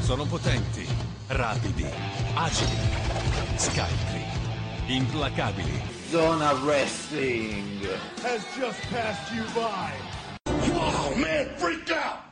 Sono potenti, rapidi, agili, scaltri, implacabili. Zona Wrestling has just passed you by. Wow, man, freak out!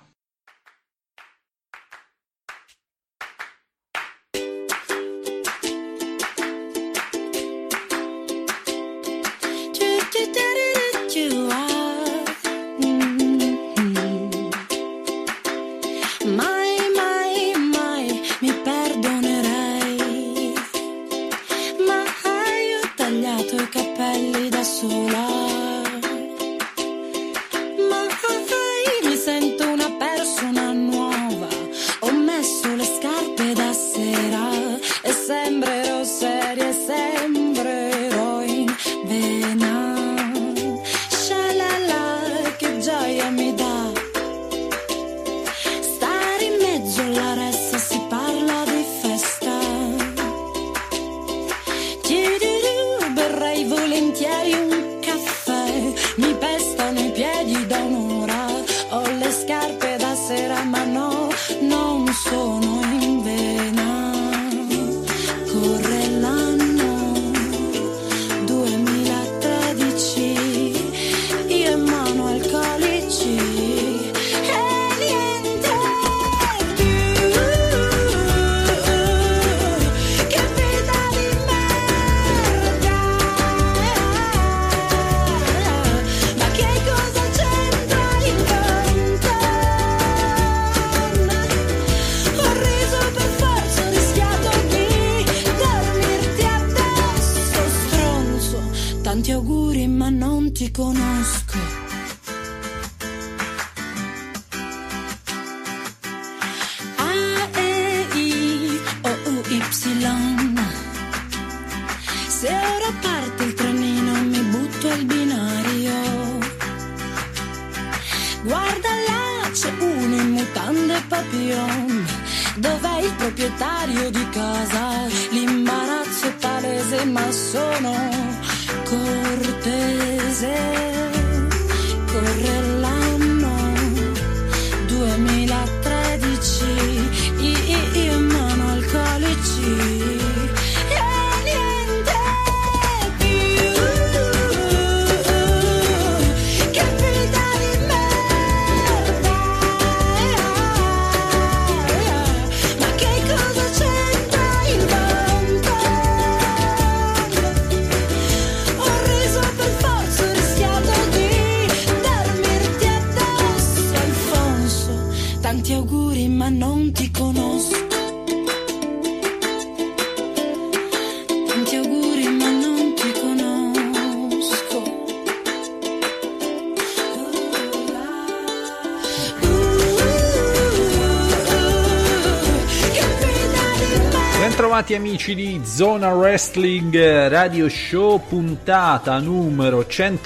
Bentrovati amici di Zona Wrestling Radio Show, puntata numero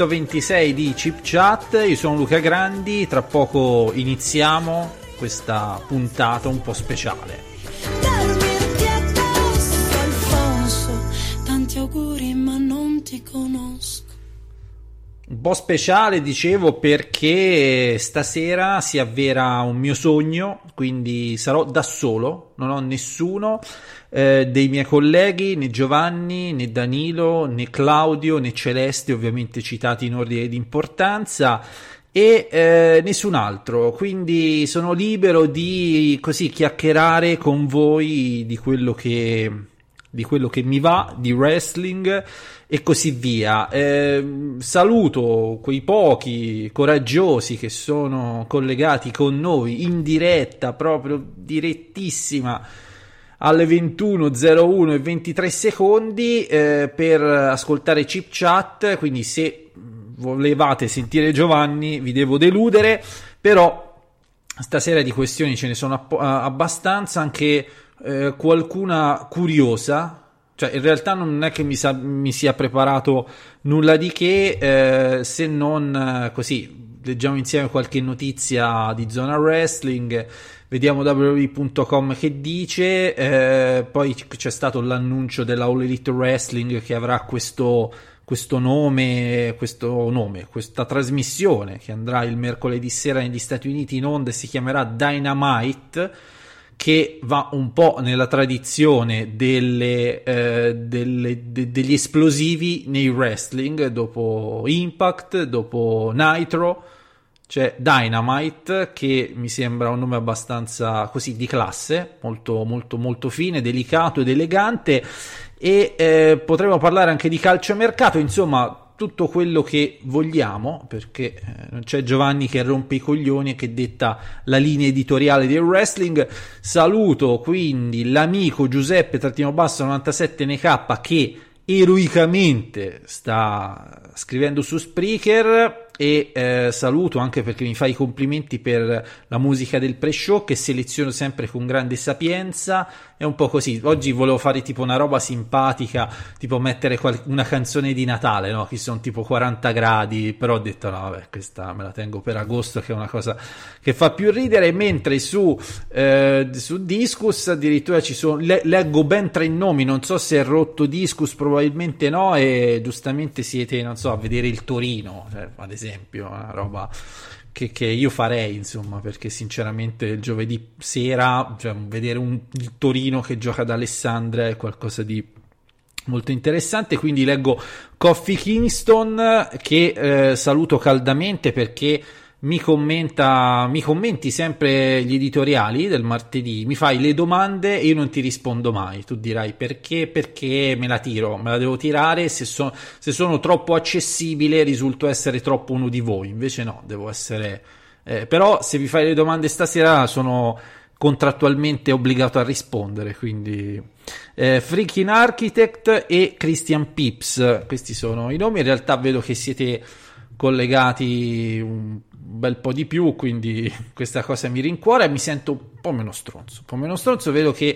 126 di Chip Chat. Io sono Luca Grandi, tra poco iniziamo questa puntata un po' speciale. Tanti auguri ma non ti conosco. Un po' speciale, dicevo, perché stasera si avvera un mio sogno, quindi sarò da solo, non ho nessuno dei miei colleghi, né Giovanni, né Danilo, né Claudio, né Celeste, ovviamente citati in ordine di importanza, e nessun altro, quindi sono libero di così chiacchierare con voi di quello che mi va, di wrestling e così via. Saluto quei pochi coraggiosi che sono collegati con noi in diretta, proprio direttissima, alle 21:01 e 23 secondi per ascoltare Chip Chat. Quindi se volevate sentire Giovanni vi devo deludere, però stasera di questioni ce ne sono abbastanza, anche qualcuna curiosa, cioè in realtà non è che mi sia preparato nulla di che, se non così leggiamo insieme qualche notizia di Zona Wrestling, vediamo www.com che dice, poi c'è stato l'annuncio della All Elite Wrestling che avrà questa trasmissione che andrà il mercoledì sera negli Stati Uniti in onda e si chiamerà Dynamite, che va un po' nella tradizione degli esplosivi nei wrestling. Dopo Impact, dopo Nitro c'è Dynamite, che mi sembra un nome abbastanza così di classe, molto molto molto fine, delicato ed elegante, e potremmo parlare anche di calciomercato, insomma tutto quello che vogliamo, perché non c'è Giovanni che rompe i coglioni e che detta la linea editoriale del wrestling. Saluto quindi l'amico Giuseppe _97 NK, che eroicamente sta scrivendo su Spreaker, e saluto anche perché mi fa i complimenti per la musica del pre-show, che seleziono sempre con grande sapienza. È un po' così, oggi volevo fare tipo una roba simpatica, tipo mettere una canzone di Natale, no? Che sono tipo 40 gradi, però ho detto no vabbè, questa me la tengo per agosto, che è una cosa che fa più ridere. Mentre su Discus addirittura ci sono, leggo ben 3 nomi, non so se è rotto Discus, probabilmente no, e giustamente siete, non so, a vedere il Torino, cioè, ad esempio, una roba che io farei, insomma, perché sinceramente il giovedì sera, cioè, vedere il Torino che gioca ad Alessandria è qualcosa di molto interessante. Quindi leggo Coffee Kingston, che saluto caldamente perché mi commenti sempre gli editoriali del martedì, mi fai le domande e io non ti rispondo mai. Tu dirai perché me la devo tirare, se sono troppo accessibile risulto essere troppo uno di voi, invece no, devo essere però se vi fai le domande stasera sono contrattualmente obbligato a rispondere, quindi Freaking Architect e Christian Pips, questi sono i nomi. In realtà vedo che siete collegati un bel po' di più, quindi questa cosa mi rincuora e mi sento un po' meno stronzo. Vedo che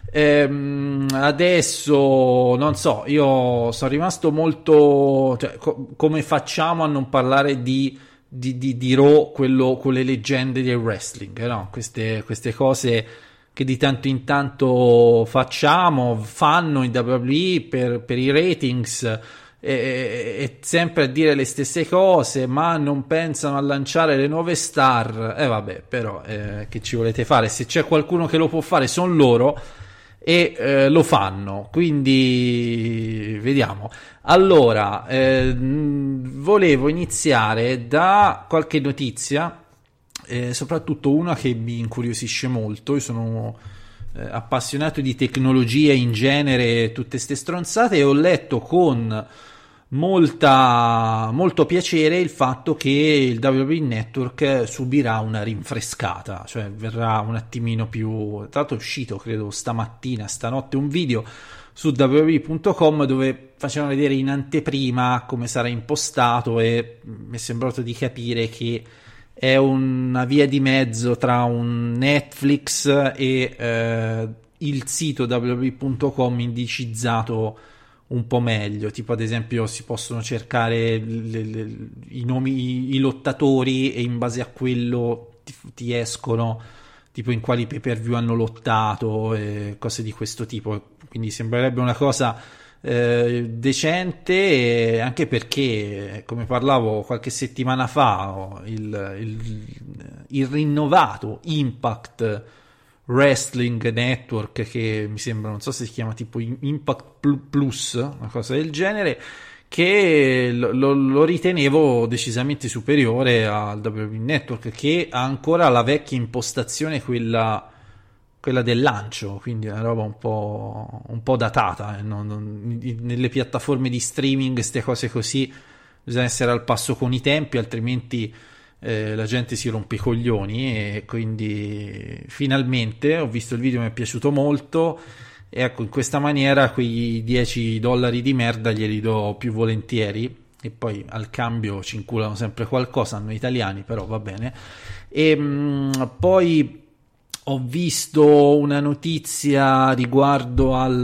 adesso non so, io sono rimasto molto, cioè, come facciamo a non parlare di Raw, quello con le leggende del wrestling, no? Queste cose che di tanto in tanto fanno in WWE per i ratings, e sempre a dire le stesse cose, ma non pensano a lanciare le nuove star. Vabbè, però che ci volete fare? Se c'è qualcuno che lo può fare sono loro, e lo fanno, quindi vediamo. Allora, volevo iniziare da qualche notizia, soprattutto una che mi incuriosisce molto. Io sono appassionato di tecnologia in genere, tutte ste stronzate, e ho letto con molto piacere il fatto che il WWE Network subirà una rinfrescata, cioè verrà un attimino più. Tra l'altro è uscito, credo stanotte, un video su WWE.com dove facevano vedere in anteprima come sarà impostato, e mi è sembrato di capire che è una via di mezzo tra un Netflix e il sito WWE.com indicizzato un po' meglio. Tipo, ad esempio, si possono cercare i nomi, i lottatori, e in base a quello ti escono tipo in quali pay per view hanno lottato e cose di questo tipo. Quindi sembrerebbe una cosa decente, anche perché, come parlavo qualche settimana fa, il rinnovato Impact Wrestling Network, che mi sembra, non so se si chiama tipo Impact Plus, una cosa del genere, che lo ritenevo decisamente superiore al WWE Network, che ha ancora la vecchia impostazione, quella del lancio, quindi è una roba un po' datata. Nelle piattaforme di streaming queste cose così bisogna essere al passo con i tempi, altrimenti la gente si rompe i coglioni. E quindi finalmente ho visto il video, mi è piaciuto molto, e ecco, in questa maniera quei $10 di merda glieli do più volentieri, e poi al cambio ci inculano sempre qualcosa a noi italiani, però va bene. E poi ho visto una notizia riguardo a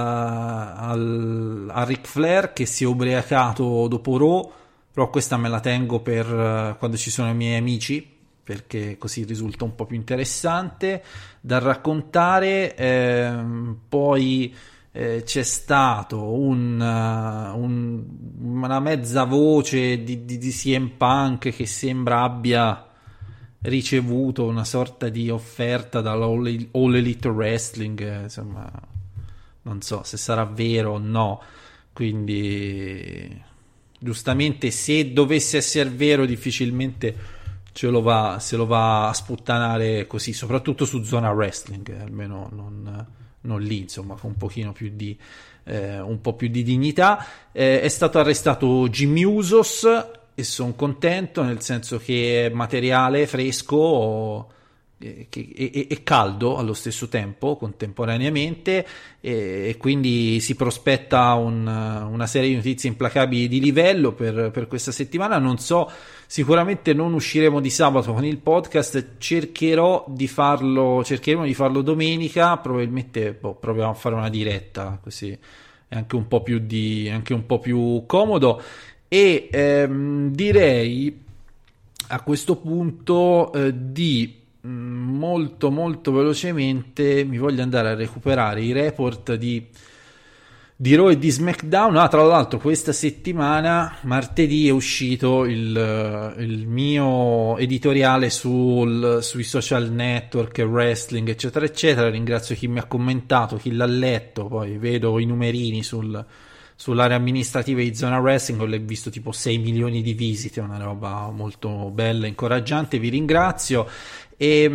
Ric Flair, che si è ubriacato dopo Raw, però questa me la tengo per quando ci sono i miei amici, perché così risulta un po' più interessante da raccontare. Poi c'è stato una mezza voce di CM Punk che sembra abbia ricevuto una sorta di offerta dall'All Elite Wrestling, insomma non so se sarà vero o no, quindi giustamente se dovesse essere vero difficilmente se lo va a sputtanare così, soprattutto su Zona Wrestling, almeno non lì, insomma, con un pochino più di un po' più di dignità. È stato arrestato Jimmy Usos e sono contento, nel senso che è materiale fresco e caldo allo stesso tempo, contemporaneamente, e quindi si prospetta una serie di notizie implacabili di livello per questa settimana. Non so, sicuramente non usciremo di sabato con il podcast, cercheremo di farlo domenica, probabilmente proviamo a fare una diretta, così è anche un po' più comodo. E direi a questo punto di molto molto velocemente mi voglio andare a recuperare i report di Raw e di SmackDown. Tra l'altro questa settimana, martedì, è uscito il mio editoriale sui social network, wrestling, eccetera eccetera. Ringrazio chi mi ha commentato, chi l'ha letto. Poi vedo i numerini sull'area amministrativa di Zona Wrestling, ho visto tipo 6 milioni di visite, una roba molto bella, incoraggiante, vi ringrazio. E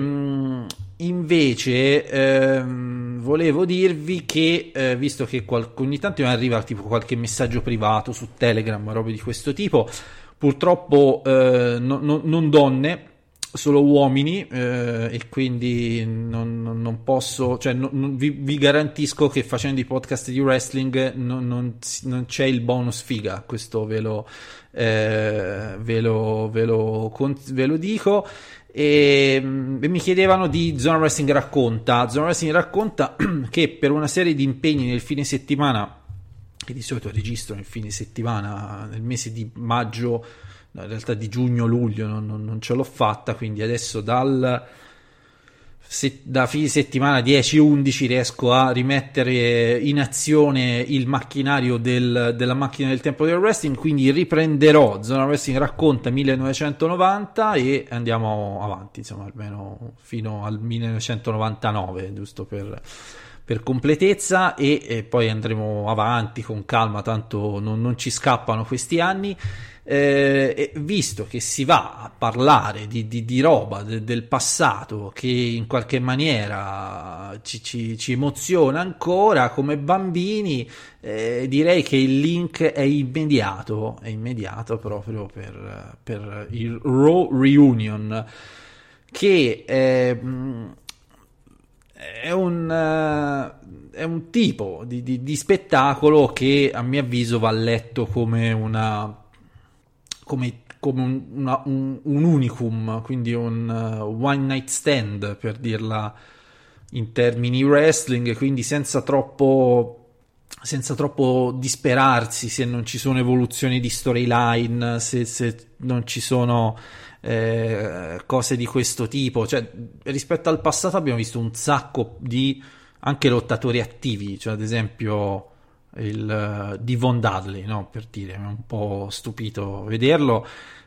invece volevo dirvi che visto che ogni tanto mi arriva tipo qualche messaggio privato su Telegram, robe di questo tipo, purtroppo non donne, solo uomini, e quindi non posso, cioè vi garantisco che facendo i podcast di wrestling non c'è il bonus figa, questo ve lo dico. E mi chiedevano di Zona Wrestling Racconta che per una serie di impegni nel fine settimana, che di solito registro nel fine settimana nel mese di maggio, no, in realtà di giugno-luglio non ce l'ho fatta, quindi adesso da fine settimana 10-11 riesco a rimettere in azione il macchinario della macchina del tempo del wrestling, quindi riprenderò Zona Wrestling Racconta 1990 e andiamo avanti, insomma, almeno fino al 1999, giusto per completezza, e poi andremo avanti con calma, tanto non ci scappano questi anni. E visto che si va a parlare di roba del passato che in qualche maniera ci emoziona ancora come bambini, direi che il link è immediato proprio per il Raw Reunion, che è un tipo di spettacolo che a mio avviso va letto come un unicum, quindi un one night stand, per dirla in termini wrestling, quindi senza troppo disperarsi se non ci sono evoluzioni di storyline, se non ci sono cose di questo tipo. Cioè, rispetto al passato abbiamo visto un sacco di anche lottatori attivi, cioè ad esempio di Von Dudley, no? Per dire, mi è un po' stupito vederlo,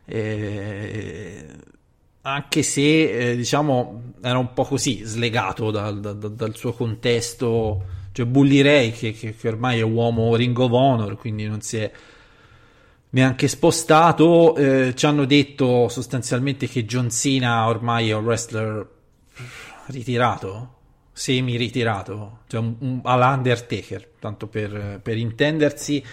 anche se diciamo era un po' così slegato dal suo contesto, cioè Bully Ray che ormai è uomo Ring of Honor, quindi non si è neanche spostato. Ci hanno detto sostanzialmente che John Cena ormai è un wrestler ritirato, semi-ritirato, cioè all'Undertaker, tanto per intendersi,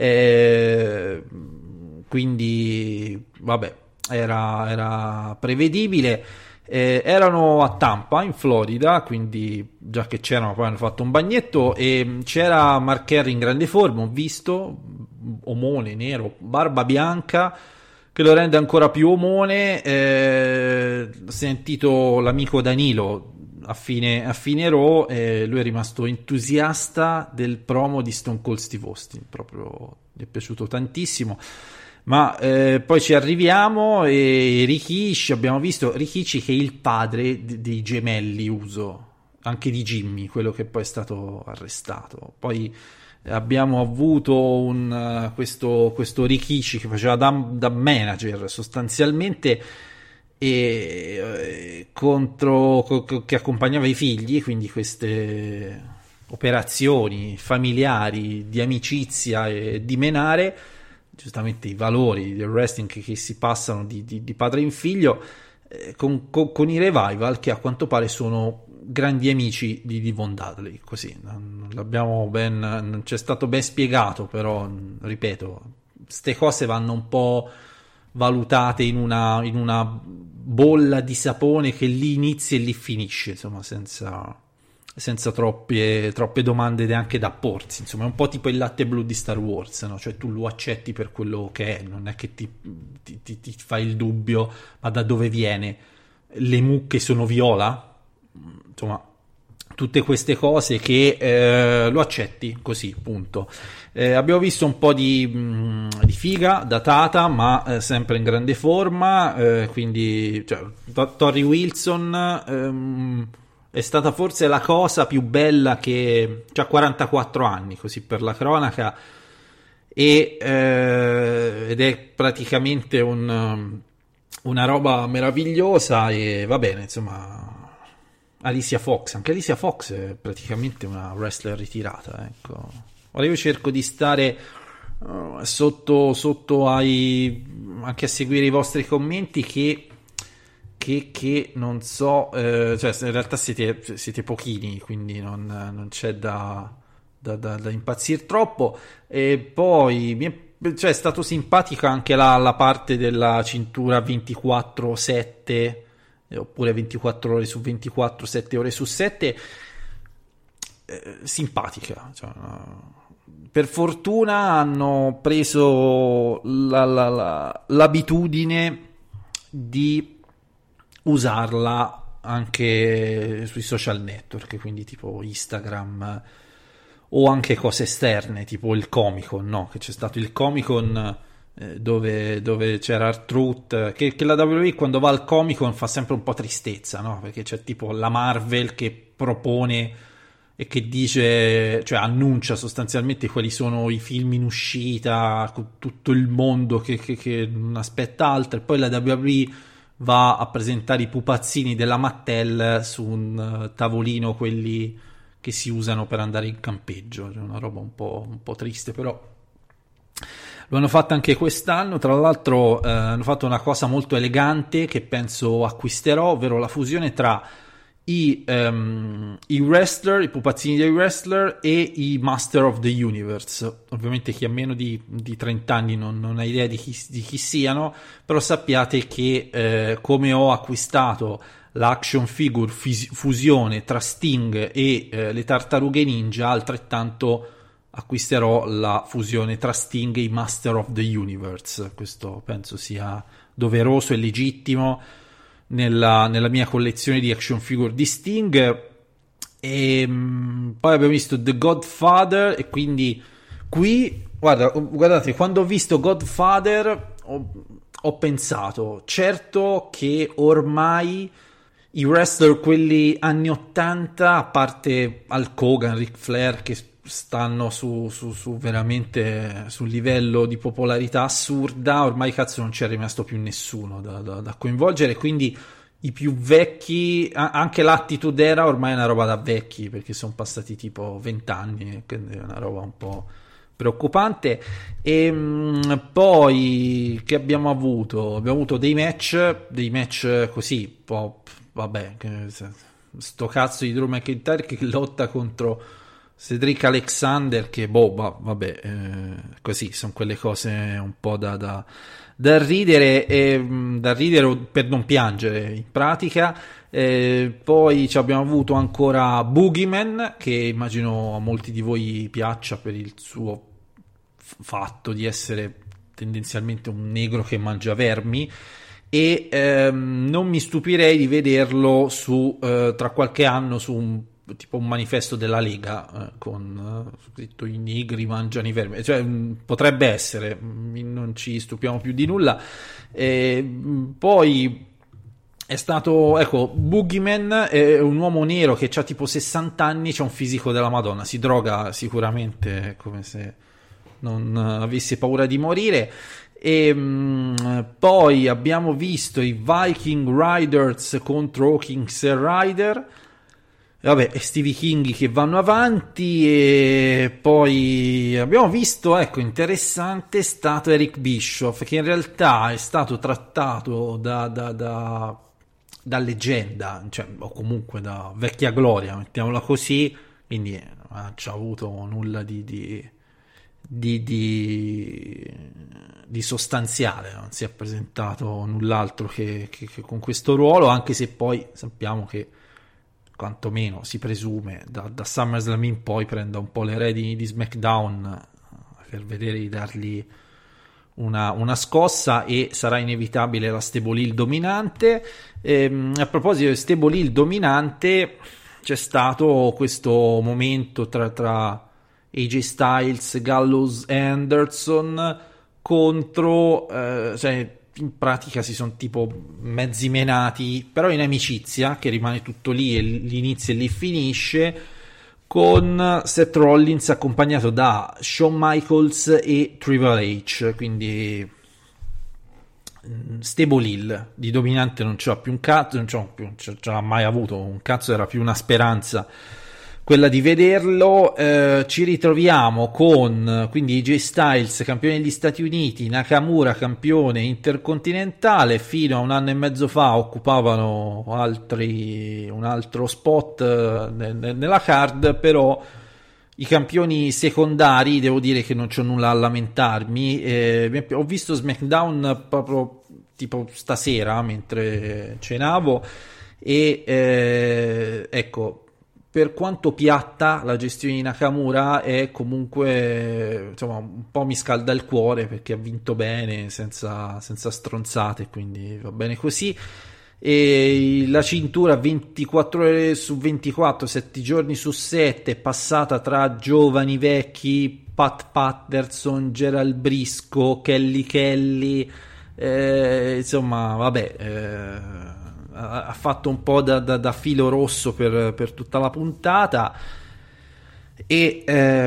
quindi vabbè, era prevedibile. Erano a Tampa, in Florida, quindi già che c'erano, poi hanno fatto un bagnetto e c'era Mark Henry in grande forma, ho visto, omone nero, barba bianca, che lo rende ancora più omone. Ho sentito l'amico Danilo a fine Raw, lui è rimasto entusiasta del promo di Stone Cold Steve Austin, proprio gli è piaciuto tantissimo. Ma poi ci arriviamo, e Rikishi, abbiamo visto Rikishi che è il padre dei gemelli Uso, anche di Jimmy, quello che poi è stato arrestato. Poi abbiamo avuto questo Rikishi che faceva da manager sostanzialmente, e che accompagnava i figli, quindi queste operazioni familiari di amicizia e di menare, giustamente i valori del wrestling che si passano di padre in figlio, con i revival che a quanto pare sono grandi amici di Von Dudley, così non c'è stato ben spiegato, però ripeto, ste cose vanno un po' valutate in una bolla di sapone che lì inizia e lì finisce, insomma, senza troppe domande neanche da porsi, insomma è un po' tipo il latte blu di Star Wars, no? Cioè tu lo accetti per quello che è, non è che ti fai il dubbio, ma da dove viene? Le mucche sono viola? Insomma, tutte queste cose che lo accetti così, punto. Abbiamo visto un po' di figa datata, ma sempre in grande forma, quindi cioè, Torrie Wilson è stata forse la cosa più bella, che ha 44 anni, così per la cronaca, ed è praticamente una roba meravigliosa, e va bene, insomma. Anche Alicia Fox è praticamente una wrestler ritirata, ecco. Ora io cerco di stare sotto anche a seguire i vostri commenti, che non so, cioè in realtà siete pochini, quindi non c'è da impazzire troppo. E poi è stato simpatica anche la parte della cintura 24/7, oppure 24 ore su 24, 7 ore su 7, simpatica, cioè, per fortuna hanno preso l'abitudine di usarla anche sui social network, quindi tipo Instagram, o anche cose esterne tipo il Comic-Con, no? Che c'è stato il Comic-Con dove c'era R-Truth, che la WWE quando va al Comic-Con fa sempre un po' tristezza, no? Perché c'è tipo la Marvel che propone e che dice, cioè annuncia sostanzialmente quali sono i film in uscita, con tutto il mondo che non aspetta altro, e poi la WWE va a presentare i pupazzini della Mattel su un tavolino, quelli che si usano per andare in campeggio. Cioè una roba un po' triste, però lo hanno fatto anche quest'anno. Tra l'altro hanno fatto una cosa molto elegante che penso acquisterò, ovvero la fusione tra i wrestler, i pupazzini dei wrestler, e i Master of the Universe. Ovviamente chi ha meno di 30 anni non ha idea di chi siano, però sappiate che come ho acquistato l'action figure fusione tra Sting e le Tartarughe Ninja, altrettanto acquisterò la fusione tra Sting e i Master of the Universe. Questo penso sia doveroso e legittimo nella mia collezione di action figure di Sting. E poi abbiamo visto The Godfather, e quindi qui guardate, quando ho visto Godfather ho pensato, certo che ormai i wrestler, quelli anni 80, a parte Hulk Hogan, Ric Flair, che stanno su veramente sul livello di popolarità assurda, ormai cazzo non c'è rimasto più nessuno da coinvolgere, quindi i più vecchi, anche l'Attitude Era ormai è una roba da vecchi, perché sono passati tipo 20 anni, quindi è una roba un po' preoccupante. E poi che abbiamo avuto dei match così un po', vabbè, sto cazzo di Drew McIntyre che lotta contro Cedric Alexander, che vabbè, così sono quelle cose un po' da ridere, da ridere per non piangere in pratica. Poi ci abbiamo avuto ancora Boogeyman, che immagino a molti di voi piaccia per il suo fatto di essere tendenzialmente un negro che mangia vermi, e non mi stupirei di vederlo tra qualche anno su tipo un manifesto della Lega con scritto "i negri mangiano i vermi", cioè potrebbe essere, non ci stupiamo più di nulla. Poi è stato, ecco, Boogeyman è un uomo nero che ha tipo 60 anni, c'ha un fisico della Madonna, si droga sicuramente come se non avesse paura di morire, E poi abbiamo visto i Viking Riders contro Hawkins e Ryder. Vabbè, sti vichinghi che vanno avanti. E poi abbiamo visto, ecco, interessante è stato Eric Bischoff, che in realtà è stato trattato da leggenda, cioè, o comunque da vecchia gloria, mettiamola così, quindi non c'ha avuto nulla di sostanziale, non si è presentato null'altro che con questo ruolo, anche se poi sappiamo che quantomeno si presume da SummerSlam in poi prenda un po' le redini di SmackDown per vedere di dargli una scossa, e sarà inevitabile la Stable Heel dominante. A proposito di Stable Heel dominante, c'è stato questo momento tra AJ Styles, Gallows e Anderson contro, cioè in pratica si sono tipo mezzi menati, però in amicizia, che rimane tutto lì e l'inizia e lì finisce, con Seth Rollins accompagnato da Shawn Michaels e Triple H. Quindi Stable Heel di dominante non c'ha più un cazzo, non c'ha mai avuto un cazzo, era più una speranza quella di vederlo. Ci ritroviamo con quindi AJ Styles campione degli Stati Uniti, Nakamura campione intercontinentale. Fino a un anno e mezzo fa occupavano un altro spot nella card, però i campioni secondari, devo dire che non c'ho nulla a lamentarmi. Ho visto SmackDown proprio tipo stasera mentre cenavo, e ecco, per quanto piatta la gestione di Nakamura è comunque, insomma, un po' mi scalda il cuore, perché ha vinto bene senza stronzate, quindi va bene così. E la cintura 24 ore su 24, 7 giorni su 7 è passata tra giovani, vecchi, Pat Patterson, Gerald Briscoe, Kelly, insomma vabbè, ha fatto un po' da filo rosso per tutta la puntata, e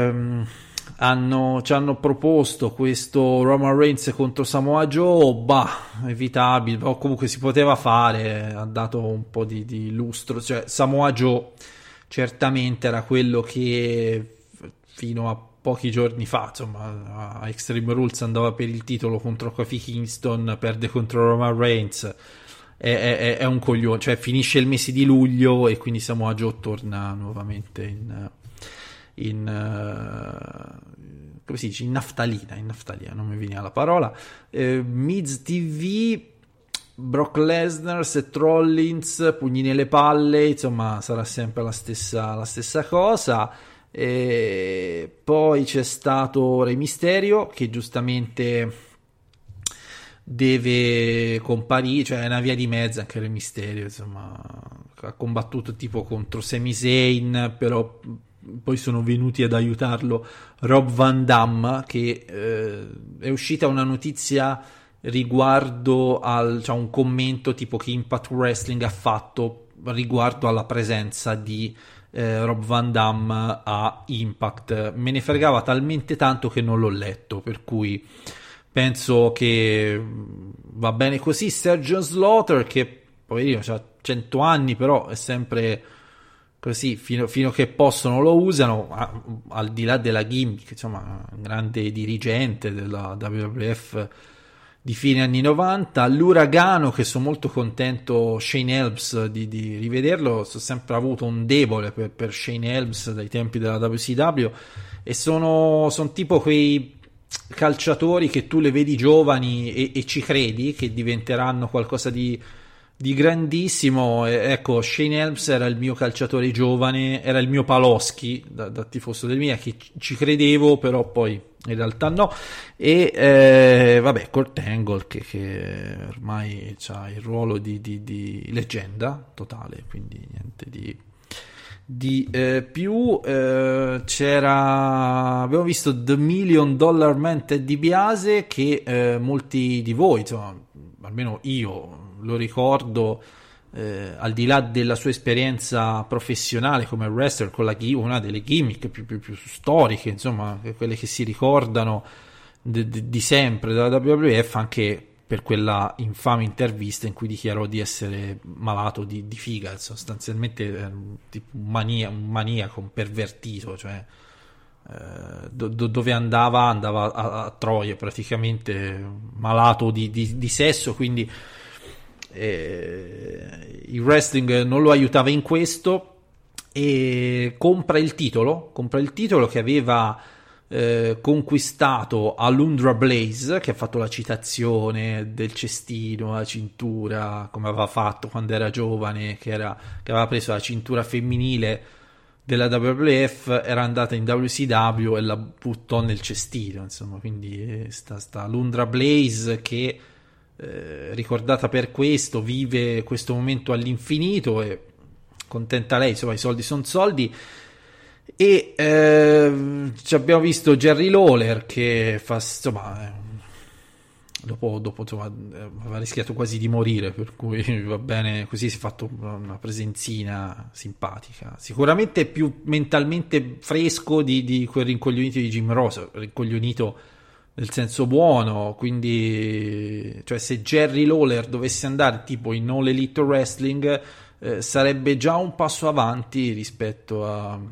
ci hanno proposto questo Roman Reigns contro Samoa Joe, evitabile, o comunque si poteva fare, ha dato un po' di lustro, cioè Samoa Joe certamente era quello che fino a pochi giorni fa, insomma, a Extreme Rules andava per il titolo contro Kofi Kingston, perde contro Roman Reigns. È un coglione, cioè finisce il mese di luglio e quindi Samoa Joe torna nuovamente in come si dice, in naftalina, non mi viene la parola. Miz TV, Brock Lesnar, Seth Rollins, pugni nelle palle, insomma sarà sempre la stessa cosa. E poi c'è stato Re Mysterio, che giustamente deve comparire, cioè è una via di mezzo anche Re Mysterio, insomma ha combattuto tipo contro Sami Zayn, però poi sono venuti ad aiutarlo Rob Van Dam, che è uscita una notizia riguardo cioè un commento tipo che Impact Wrestling ha fatto riguardo alla presenza di Rob Van Dam a Impact. Me ne fregava talmente tanto che non l'ho letto, per cui penso che va bene così. Sergeant Slaughter, che poverino ha 100 anni, però è sempre così, fino a che possono lo usano, al di là della gimmick, insomma un grande dirigente della WWF di fine anni 90. L'uragano, che sono molto contento Shane Helms di rivederlo, ho sempre avuto un debole per Shane Helms dai tempi della WCW, e sono tipo quei calciatori che tu le vedi giovani e ci credi che diventeranno qualcosa di grandissimo. Ecco, Shane Helms era il mio calciatore giovane, era il mio Paloschi da tifoso del Milan, che ci credevo, però poi in realtà no. E vabbè, Kurt Angle che ormai ha il ruolo di leggenda totale, quindi niente di più. Abbiamo visto The $1 Million Man Ted DiBiase, che molti di voi, insomma, almeno io lo ricordo, al di là della sua esperienza professionale come wrestler, con una delle gimmick più storiche, insomma, quelle che si ricordano di sempre della WWF, anche per quella infame intervista in cui dichiarò di essere malato di figa, sostanzialmente tipo un maniaco, un pervertito, cioè dove andava a Troia praticamente, malato di sesso, quindi il wrestling non lo aiutava in questo, e compra il titolo che aveva conquistato a Lundra Blaze, che ha fatto la citazione del cestino, la cintura, come aveva fatto quando era giovane, che aveva preso la cintura femminile della WWF, era andata in WCW e la buttò nel cestino, insomma. Quindi sta Lundra Blaze che, ricordata per questo, vive questo momento all'infinito, e contenta lei, insomma, i soldi sono soldi. E ci abbiamo visto Jerry Lawler che fa, insomma, dopo insomma, aveva rischiato quasi di morire, per cui va bene così, si è fatto una presenzina simpatica, sicuramente più mentalmente fresco di quel rincoglionito di Jim Ross, rincoglionito nel senso buono. Quindi, cioè, se Jerry Lawler dovesse andare tipo in All Elite Wrestling, sarebbe già un passo avanti rispetto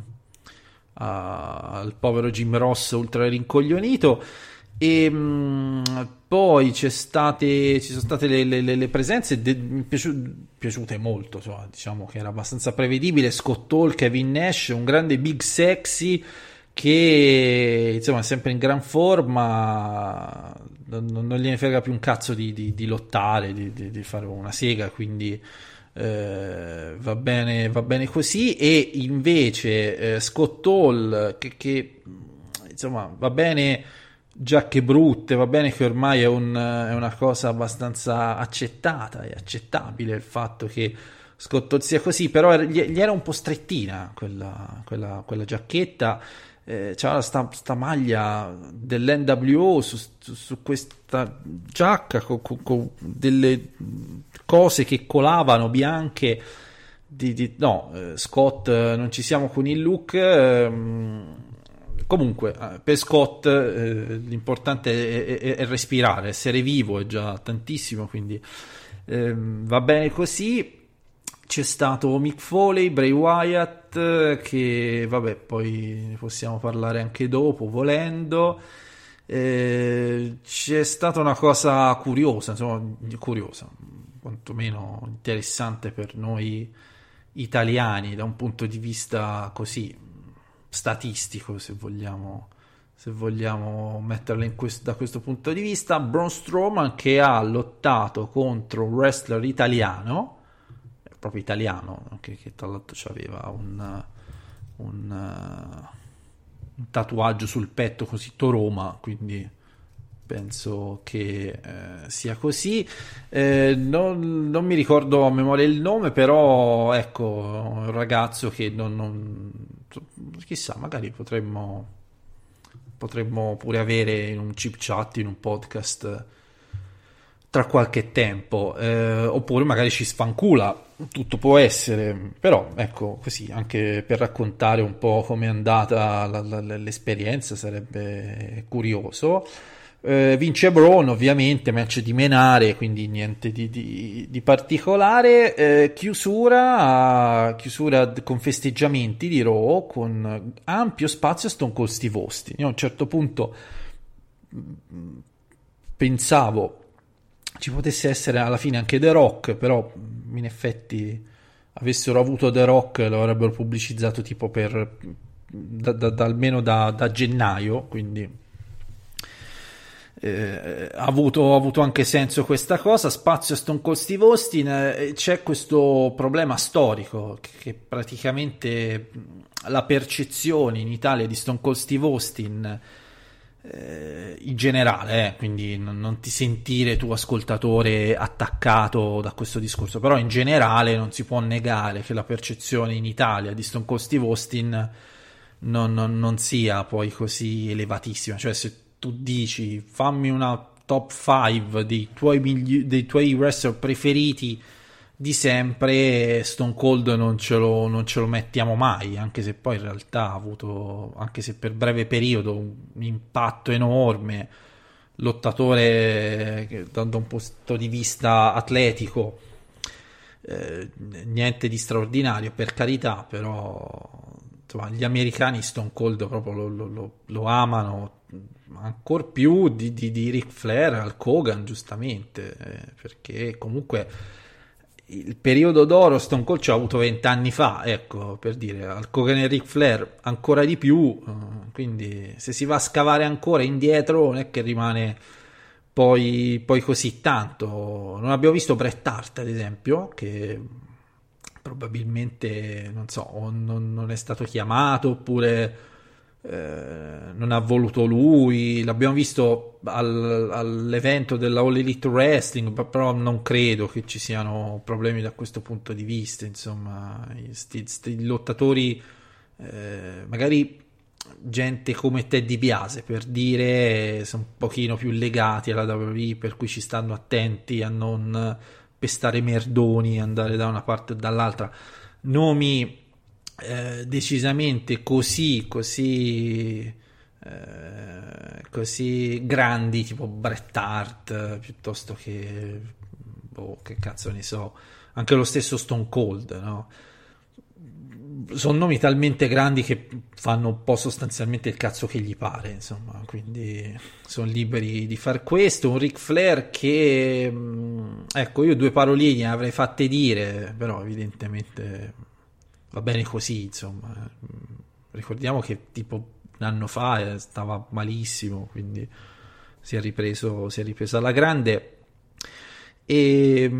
al povero Jim Ross ultra rincoglionito. E poi ci sono state le presenze piaciute molto, insomma, diciamo che era abbastanza prevedibile. Scott Hall, Kevin Nash, un grande Big Sexy che, insomma, è sempre in gran forma, non gliene frega più un cazzo di lottare, di fare una sega, quindi va bene così. E invece Scott Hall che insomma va bene giacche brutte, va bene che ormai è una cosa abbastanza accettata e accettabile il fatto che Scott Hall sia così, però gli era un po' strettina quella giacchetta. C'era sta maglia dell'NWO su questa giacca con delle cose che colavano bianche. No, Scott, non ci siamo con il look. Comunque, per Scott l'importante è respirare, essere vivo è già tantissimo, quindi va bene così. C'è stato Mick Foley, Bray Wyatt, che vabbè, poi ne possiamo parlare anche dopo volendo. C'è stata una cosa curiosa, quantomeno interessante per noi italiani da un punto di vista così statistico, se vogliamo metterla da questo punto di vista. Braun Strowman, che ha lottato contro un wrestler italiano, proprio italiano, che tra l'altro aveva un tatuaggio sul petto così Roma, quindi penso che sia così. Non mi ricordo a memoria il nome, però ecco, un ragazzo che chissà, magari potremmo pure avere in un chip chat, in un podcast tra qualche tempo, oppure magari ci sfancula, tutto può essere, però ecco, così, anche per raccontare un po' com'è andata l'esperienza, sarebbe curioso. Vince Braun, ovviamente, match di menare, quindi niente di particolare. Chiusura con festeggiamenti di Raw, con ampio spazio a Stone Cold Steve Austin. Io a un certo punto pensavo ci potesse essere alla fine anche The Rock, però in effetti avessero avuto The Rock lo avrebbero pubblicizzato tipo almeno da gennaio, quindi ha avuto anche senso questa cosa. Spazio a Stone Cold Steve Austin. C'è questo problema storico che praticamente la percezione in Italia di Stone Cold Steve Austin in generale, quindi non ti sentire tu ascoltatore attaccato da questo discorso, però in generale non si può negare che la percezione in Italia di Stone Cold Steve Austin non sia poi così elevatissima. Cioè, se tu dici fammi una top 5 dei tuoi wrestler preferiti di sempre, Stone Cold non ce lo mettiamo mai, anche se poi in realtà ha avuto, anche se per breve periodo, un impatto enorme lottatore da un punto di vista atletico niente di straordinario, per carità, però insomma, gli americani Stone Cold proprio lo amano ancora più di Ric Flair al Hogan, giustamente, perché comunque il periodo d'oro Stone Cold ci ha avuto 20 anni fa, ecco, per dire, al Hogan e Ric Flair ancora di più, quindi se si va a scavare ancora indietro non è che rimane poi così tanto. Non abbiamo visto Bret Hart, ad esempio, che probabilmente, non so, o non è stato chiamato, oppure non ha voluto lui. L'abbiamo visto all'evento della All Elite Wrestling, però non credo che ci siano problemi da questo punto di vista. Insomma, sti lottatori, magari gente come Ted DiBiase, per dire, sono un pochino più legati alla WWE, per cui ci stanno attenti a non pestare merdoni, andare da una parte o dall'altra. Nomi decisamente così grandi, tipo Bret Hart, piuttosto che che cazzo ne so, anche lo stesso Stone Cold, no? Sono nomi talmente grandi che fanno un po' sostanzialmente il cazzo che gli pare, insomma, quindi sono liberi di far questo. Un Ric Flair che, ecco, io 2 paroline avrei fatte dire, però evidentemente va bene così, insomma. Ricordiamo che tipo un anno fa stava malissimo, quindi si è ripreso alla grande. E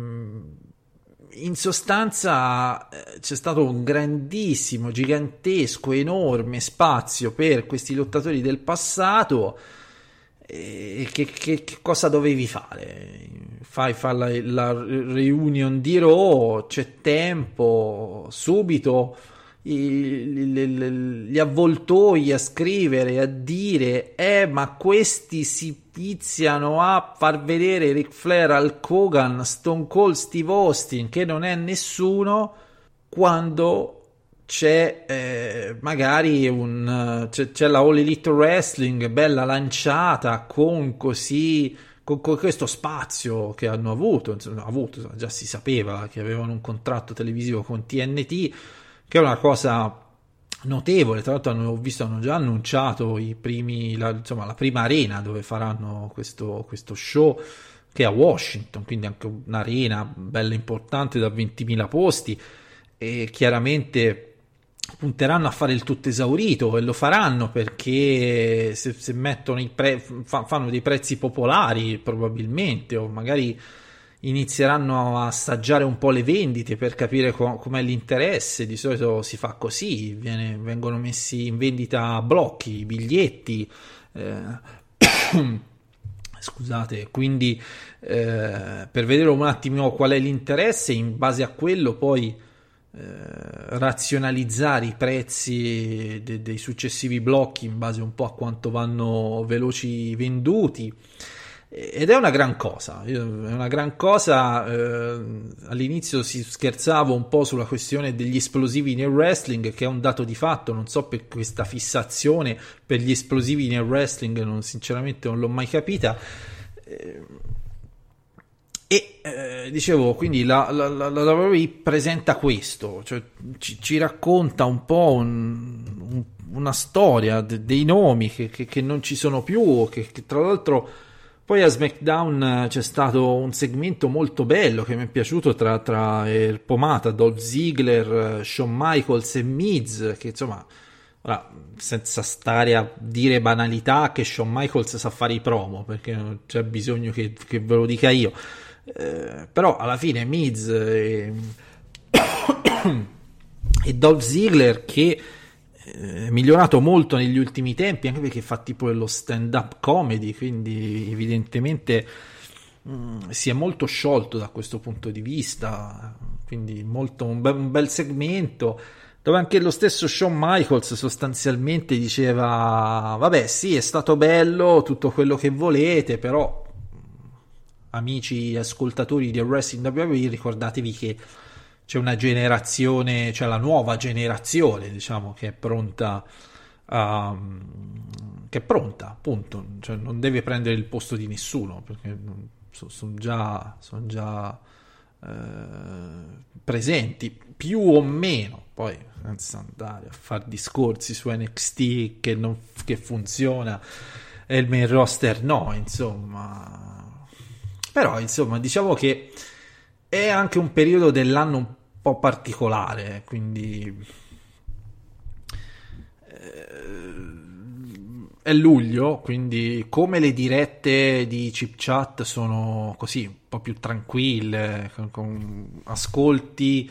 in sostanza c'è stato un grandissimo, gigantesco, enorme spazio per questi lottatori del passato. E che cosa dovevi fare? Fai la reunion di Raw, c'è tempo, subito gli avvoltoi a scrivere, a dire ma questi si iniziano a far vedere Ric Flair, Hulk Hogan, Stone Cold, Steve Austin, che non è nessuno, quando c'è magari c'è la All Elite Wrestling bella lanciata con questo spazio che hanno avuto, già si sapeva che avevano un contratto televisivo con TNT, che è una cosa notevole. Tra l'altro hanno già annunciato la prima arena dove faranno questo show, che è a Washington, quindi anche un'arena bella importante da 20.000 posti, e chiaramente punteranno a fare il tutto esaurito, e lo faranno perché se mettono fanno dei prezzi popolari probabilmente, o magari inizieranno a assaggiare un po' le vendite per capire com'è l'interesse. Di solito si fa così, vengono messi in vendita a blocchi i biglietti, scusate, quindi per vedere un attimo qual è l'interesse, in base a quello poi razionalizzare i prezzi dei successivi blocchi in base un po' a quanto vanno veloci venduti. Ed è una gran cosa, all'inizio si scherzava un po' sulla questione degli esplosivi nel wrestling, che è un dato di fatto. Non so, per questa fissazione per gli esplosivi nel wrestling sinceramente non l'ho mai capita. Dicevo, quindi la WWE presenta questo, cioè ci racconta un po' una storia dei nomi che non ci sono più, che tra l'altro poi a SmackDown c'è stato un segmento molto bello che mi è piaciuto tra il Pomata, Dolph Ziggler, Shawn Michaels e Miz, che insomma, ora, senza stare a dire banalità che Shawn Michaels sa fare i promo, perché non c'è bisogno che ve lo dica io, però alla fine Miz e Dolph Ziggler, che è migliorato molto negli ultimi tempi, anche perché fa tipo dello stand-up comedy, quindi evidentemente si è molto sciolto da questo punto di vista, quindi un bel segmento, dove anche lo stesso Shawn Michaels sostanzialmente diceva: vabbè, sì, è stato bello tutto quello che volete, però amici ascoltatori di Wrestling WWE, ricordatevi che c'è una generazione, cioè la nuova generazione, diciamo, che è pronta che è pronta, appunto, cioè non deve prendere il posto di nessuno, perché sono già presenti, più o meno, poi senza andare a fare discorsi su NXT che funziona e il main roster no, insomma. Però insomma diciamo che è anche un periodo dell'anno un po' particolare, quindi è luglio, quindi come le dirette di Chip Chat sono così un po' più tranquille, con ascolti,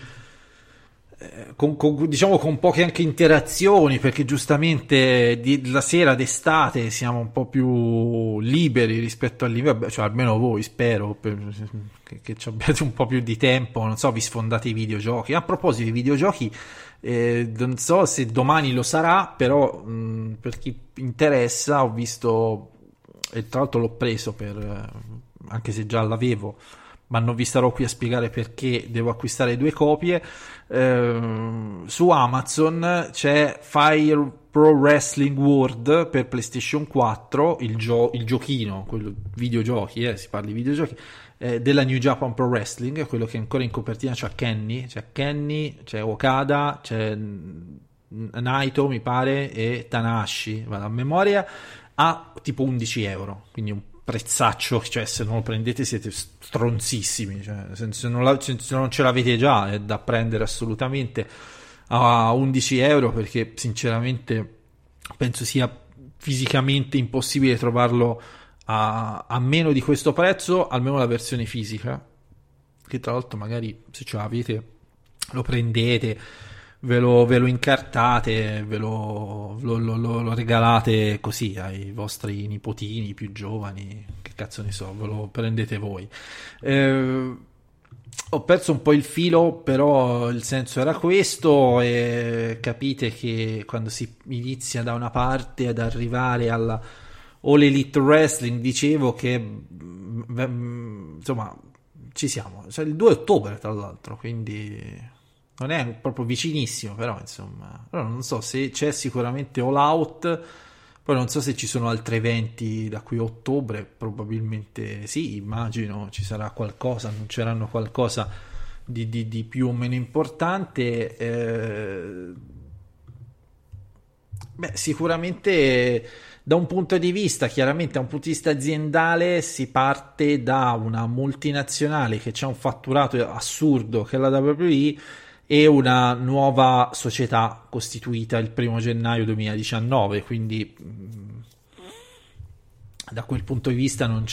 diciamo con poche anche interazioni, perché giustamente la sera d'estate siamo un po' più liberi rispetto all'inverno, cioè almeno voi spero che ci abbiate un po' più di tempo, non so, vi sfondate i videogiochi. A proposito di videogiochi, non so se domani lo sarà, però per chi interessa ho visto, e tra l'altro l'ho preso anche se già l'avevo, ma non vi starò qui a spiegare perché devo acquistare 2 copie. Su Amazon c'è Fire Pro Wrestling World per PlayStation 4, il giochino, quello videogiochi, si parla di videogiochi, della New Japan Pro Wrestling, quello che ancora in copertina c'è Kenny, c'è Okada, c'è Naito mi pare e Tanahashi, vado a memoria, a tipo €11, quindi un prezzaccio, cioè se non lo prendete siete stronzissimi, cioè, se non ce l'avete già è da prendere assolutamente a €11, perché sinceramente penso sia fisicamente impossibile trovarlo a meno di questo prezzo, almeno la versione fisica, che tra l'altro magari se ce l'avete lo prendete, ve lo incartate, ve lo regalate così ai vostri nipotini più giovani, che cazzo ne so, ve lo prendete voi. Ho perso un po' il filo, però il senso era questo, e capite che quando si inizia da una parte ad arrivare alla All Elite Wrestling, dicevo che insomma ci siamo, cioè il 2 ottobre tra l'altro, quindi non è proprio vicinissimo, però insomma, però non so se c'è sicuramente All Out, poi non so se ci sono altri eventi da qui a ottobre, probabilmente sì, immagino ci sarà qualcosa, annunceranno qualcosa di più o meno importante. Sicuramente da un punto di vista, chiaramente da un punto di vista aziendale, si parte da una multinazionale che c'ha un fatturato assurdo, che è la WWE, e una nuova società costituita il 1 gennaio 2019, quindi da quel punto di vista non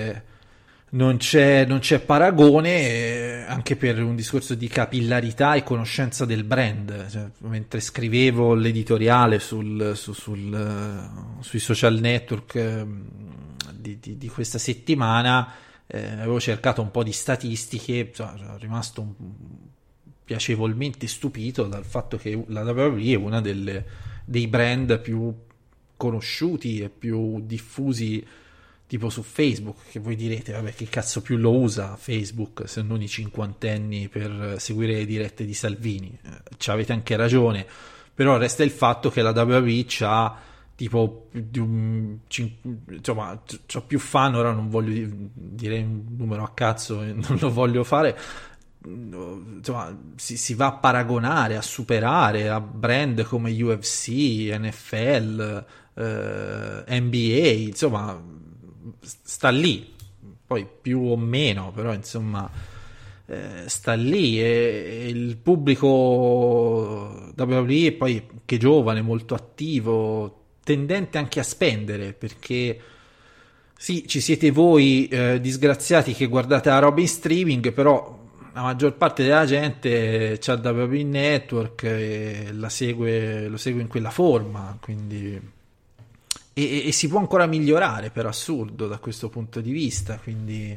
c'è paragone, anche per un discorso di capillarità e conoscenza del brand. Cioè, mentre scrivevo l'editoriale sui social network di questa settimana, avevo cercato un po' di statistiche, sono rimasto piacevolmente stupito dal fatto che la WWE è una dei brand più conosciuti e più diffusi, tipo su Facebook, che voi direte vabbè, che cazzo più lo usa Facebook se non i cinquantenni per seguire le dirette di Salvini. Ci avete anche ragione, però resta il fatto che la WWE c'ha tipo insomma c'ha più fan. Ora non voglio dire un numero a cazzo e non lo voglio fare, insomma si va a paragonare, a superare a brand come UFC, NFL, NBA, insomma sta lì, poi più o meno, però insomma sta lì, e il pubblico WWE poi che giovane, molto attivo, tendente anche a spendere, perché sì, ci siete voi disgraziati che guardate la roba in streaming, però la maggior parte della gente c'ha il WWE Network e lo segue in quella forma, quindi e si può ancora migliorare, per assurdo, da questo punto di vista, quindi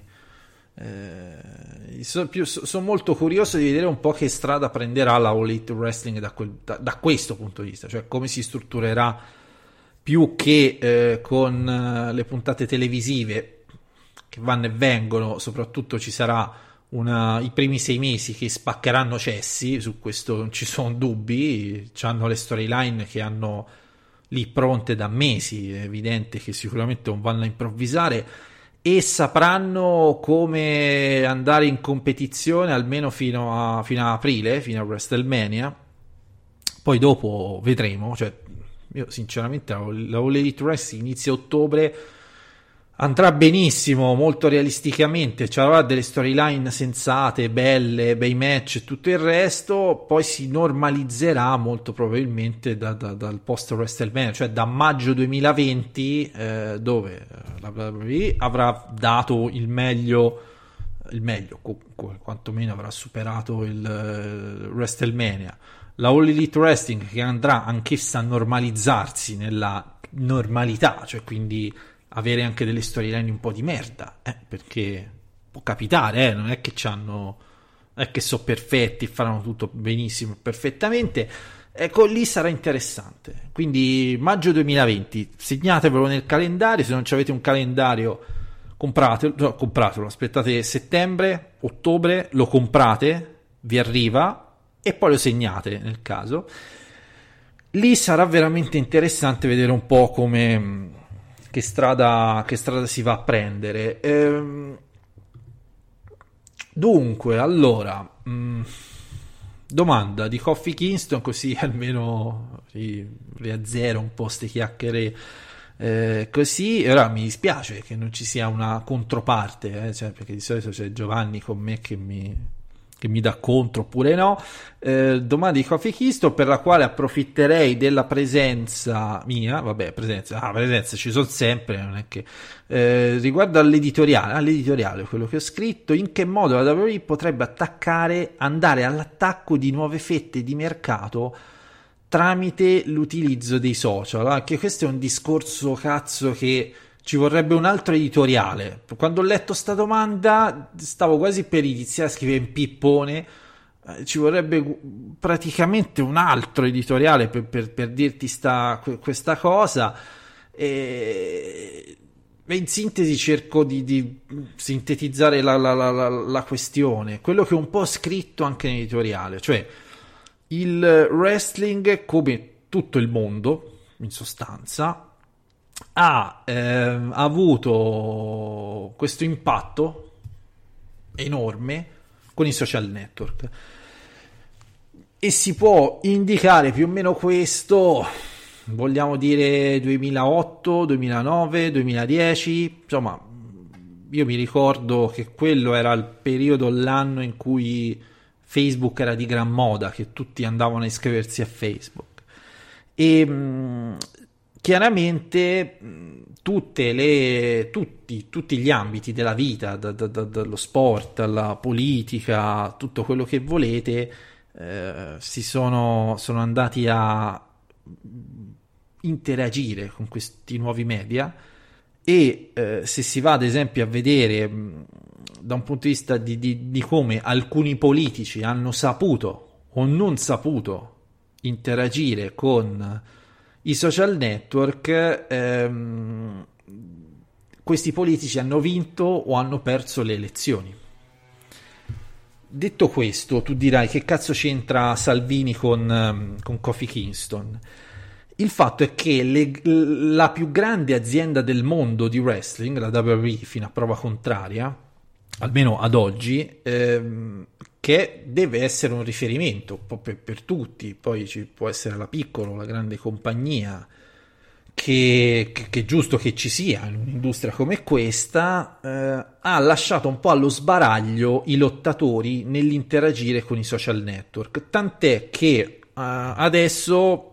sono molto curioso di vedere un po' che strada prenderà la All Elite Wrestling da questo punto di vista, cioè come si strutturerà, più che con le puntate televisive che vanno e vengono. Soprattutto ci sarà i primi 6 mesi che spaccheranno cessi, su questo non ci sono dubbi, hanno le storyline che hanno lì pronte da mesi, è evidente che sicuramente non vanno a improvvisare e sapranno come andare in competizione almeno fino a aprile, fino a WrestleMania. Poi dopo vedremo, cioè io sinceramente la All Elite Wrestling inizia ottobre, andrà benissimo, molto realisticamente, c'avrà delle storyline sensate, belle, bei match e tutto il resto, poi si normalizzerà molto probabilmente dal post WrestleMania, cioè da maggio 2020, dove la WWE avrà dato il meglio, quantomeno avrà superato il WrestleMania. La All Elite Wrestling che andrà anch'essa a normalizzarsi nella normalità, cioè quindi avere anche delle storyline un po' di merda, perché può capitare, non è che c'hanno, è che sono perfetti e faranno tutto benissimo perfettamente. Ecco, lì sarà interessante. Quindi maggio 2020, segnatevelo nel calendario, se non avete un calendario compratelo, aspettate settembre, ottobre, lo comprate, vi arriva e poi lo segnate nel caso. Lì sarà veramente interessante vedere un po' come che strada si va a prendere. Dunque, allora, domanda di Kofi Kingston, così almeno riazzero un po' ste chiacchiere. Così ora mi dispiace che non ci sia una controparte, cioè, perché di solito c'è Giovanni con me che mi dà contro oppure no. Domanda di Kofi Kingston, per la quale approfitterei della presenza mia, presenza ci sono sempre, non è che riguardo all'editoriale, quello che ho scritto: in che modo la WWE potrebbe andare all'attacco di nuove fette di mercato tramite l'utilizzo dei social. Anche questo è un discorso cazzo che ci vorrebbe un altro editoriale. Quando ho letto sta domanda stavo quasi per iniziare a scrivere in pippone. Ci vorrebbe praticamente un altro editoriale per dirti questa cosa. E in sintesi cerco di sintetizzare la questione. Quello che ho un po' scritto anche nell'editoriale, cioè il wrestling, come tutto il mondo in sostanza, ha avuto questo impatto enorme con i social network, e si può indicare più o meno questo, vogliamo dire 2008, 2009, 2010, insomma io mi ricordo che quello era il periodo, l'anno in cui Facebook era di gran moda, che tutti andavano a iscriversi a Facebook, e chiaramente tutti gli ambiti della vita, dallo sport alla politica, tutto quello che volete, sono andati a interagire con questi nuovi media. E se si va ad esempio a vedere da un punto di vista di come alcuni politici hanno saputo o non saputo interagire con i social network, questi politici hanno vinto o hanno perso le elezioni. Detto questo, tu dirai: che cazzo c'entra Salvini con Kofi Kingston? Il fatto è che la più grande azienda del mondo di wrestling, la WWE, fino a prova contraria, almeno ad oggi, che deve essere un riferimento un po' per tutti, poi ci può essere la piccola o la grande compagnia, che è giusto che ci sia in un'industria come questa, ha lasciato un po' allo sbaraglio i lottatori nell'interagire con i social network, tant'è che adesso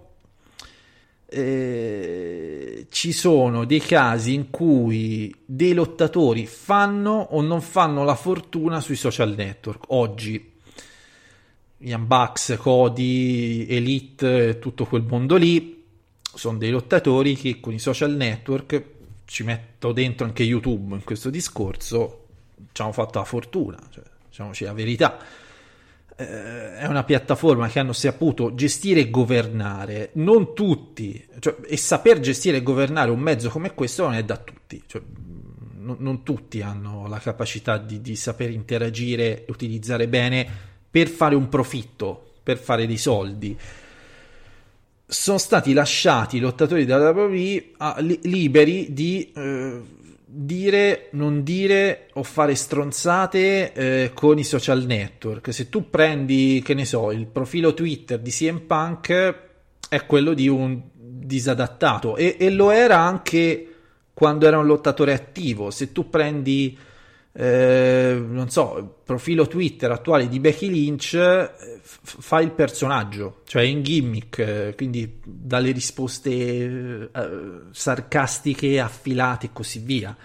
ci sono dei casi in cui dei lottatori fanno o non fanno la fortuna sui social network. Oggi Young Bucks, Cody, Elite, tutto quel mondo lì sono dei lottatori che con i social network, ci metto dentro anche YouTube in questo discorso, ci hanno fatto la fortuna, cioè, diciamoci la verità. È una piattaforma che hanno saputo gestire e governare. Non tutti, cioè, e saper gestire e governare un mezzo come questo non è da tutti, cioè, non tutti hanno la capacità di saper interagire e utilizzare bene per fare un profitto, per fare dei soldi. sono stati lasciati i lottatori della WWE liberi di dire, non dire o fare stronzate con i social network. Se tu prendi, che ne so, il profilo Twitter di CM Punk, è quello di un disadattato, e lo era anche quando era un lottatore attivo. Se tu prendi non so, il profilo Twitter attuale di Becky Lynch, fa il personaggio, cioè in gimmick, quindi dalle risposte sarcastiche, affilate e così via.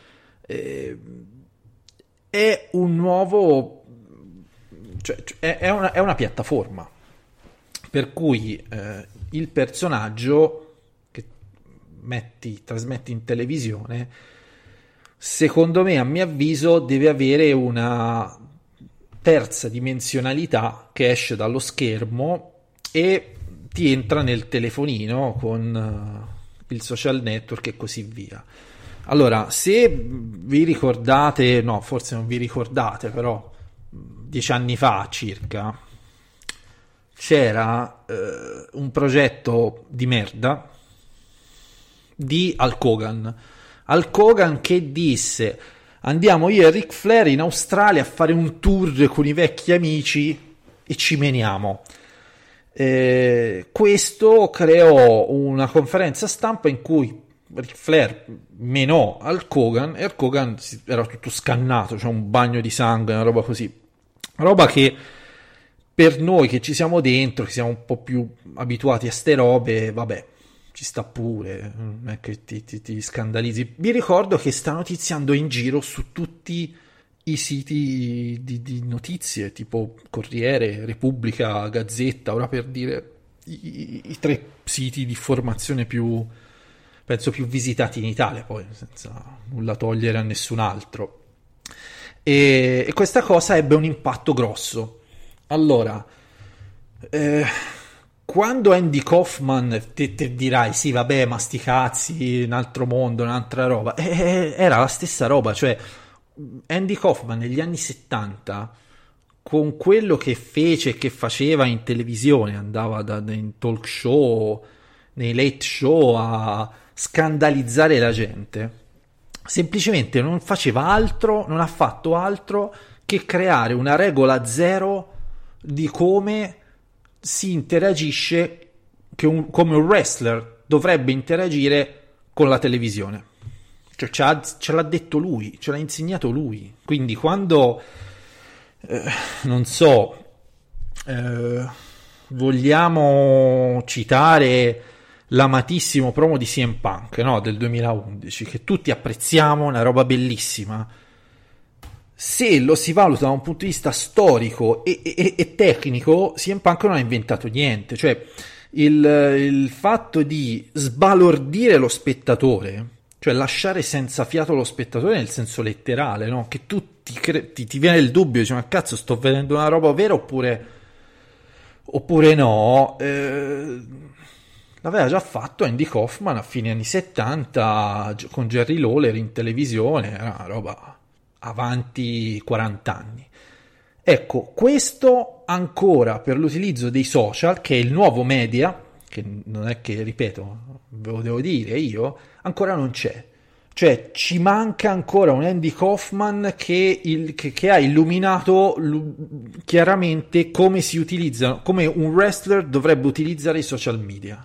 È un nuovo, cioè è una piattaforma per cui il personaggio che trasmetti in televisione, secondo me, a mio avviso, deve avere una terza dimensionalità che esce dallo schermo e ti entra nel telefonino con il social network e così via. Allora, se vi ricordate, no, forse non vi ricordate, però 10 anni fa circa c'era un progetto di merda di Hulk Hogan che disse: andiamo io e Ric Flair in Australia a fare un tour con i vecchi amici e ci meniamo. Questo creò una conferenza stampa in cui Ric Flair menò Hulk Hogan e Hulk Hogan era tutto scannato, cioè un bagno di sangue, una roba così, roba che per noi che ci siamo dentro, che siamo un po' più abituati a ste robe, vabbè, ci sta pure, non è che ti scandalizzi. Vi ricordo che sta notiziando in giro su tutti i siti di notizie, tipo Corriere, Repubblica, Gazzetta, ora per dire i 3 siti di informazione più, penso, più visitati in Italia, poi senza nulla togliere a nessun altro. E questa cosa ebbe un impatto grosso. Allora, quando Andy Kaufman te dirai sì vabbè ma sti cazzi, un altro mondo, un'altra roba, era la stessa roba, cioè Andy Kaufman negli anni 70 con quello che fece e che faceva in televisione, andava in talk show, nei late show a scandalizzare la gente, semplicemente non faceva altro, non ha fatto altro che creare una regola zero di come si interagisce, come un wrestler dovrebbe interagire con la televisione. Cioè ce l'ha detto lui, ce l'ha insegnato lui. Quindi quando non so, vogliamo citare l'amatissimo promo di CM Punk, no, del 2011, che tutti apprezziamo, una roba bellissima, se lo si valuta da un punto di vista storico e tecnico, CM Punk non ha inventato niente. Cioè il fatto di sbalordire lo spettatore, cioè lasciare senza fiato lo spettatore nel senso letterale, no? Che tu ti viene il dubbio, dici ma cazzo, sto vedendo una roba vera oppure no, l'aveva già fatto Andy Kaufman a fine anni 70 con Jerry Lawler in televisione, era una roba avanti 40 anni. Ecco, questo ancora per l'utilizzo dei social, che è il nuovo media, che non è che, ripeto, ve lo devo dire io, ancora non c'è. Cioè ci manca ancora un Andy Kaufman che ha illuminato chiaramente come si utilizzano, come un wrestler dovrebbe utilizzare i social media.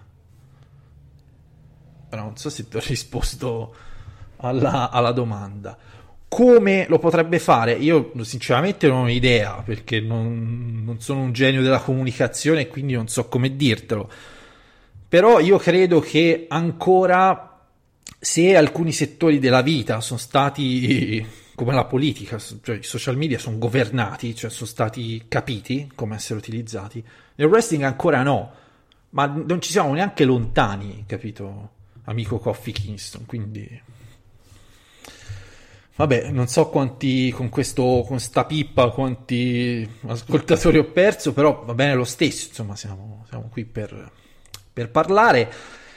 Però non so se ti ho risposto alla domanda. Come lo potrebbe fare? Io sinceramente non ho idea, perché non sono un genio della comunicazione e quindi non so come dirtelo. Però io credo che ancora, se alcuni settori della vita sono stati, come la politica, cioè i social media sono governati, cioè sono stati capiti come essere utilizzati, nel wrestling ancora no, ma non ci siamo neanche lontani, capito, amico Kofi Kingston, quindi vabbè, non so quanti con sta pippa quanti ascoltatori ho perso, però va bene lo stesso, insomma siamo qui per parlare.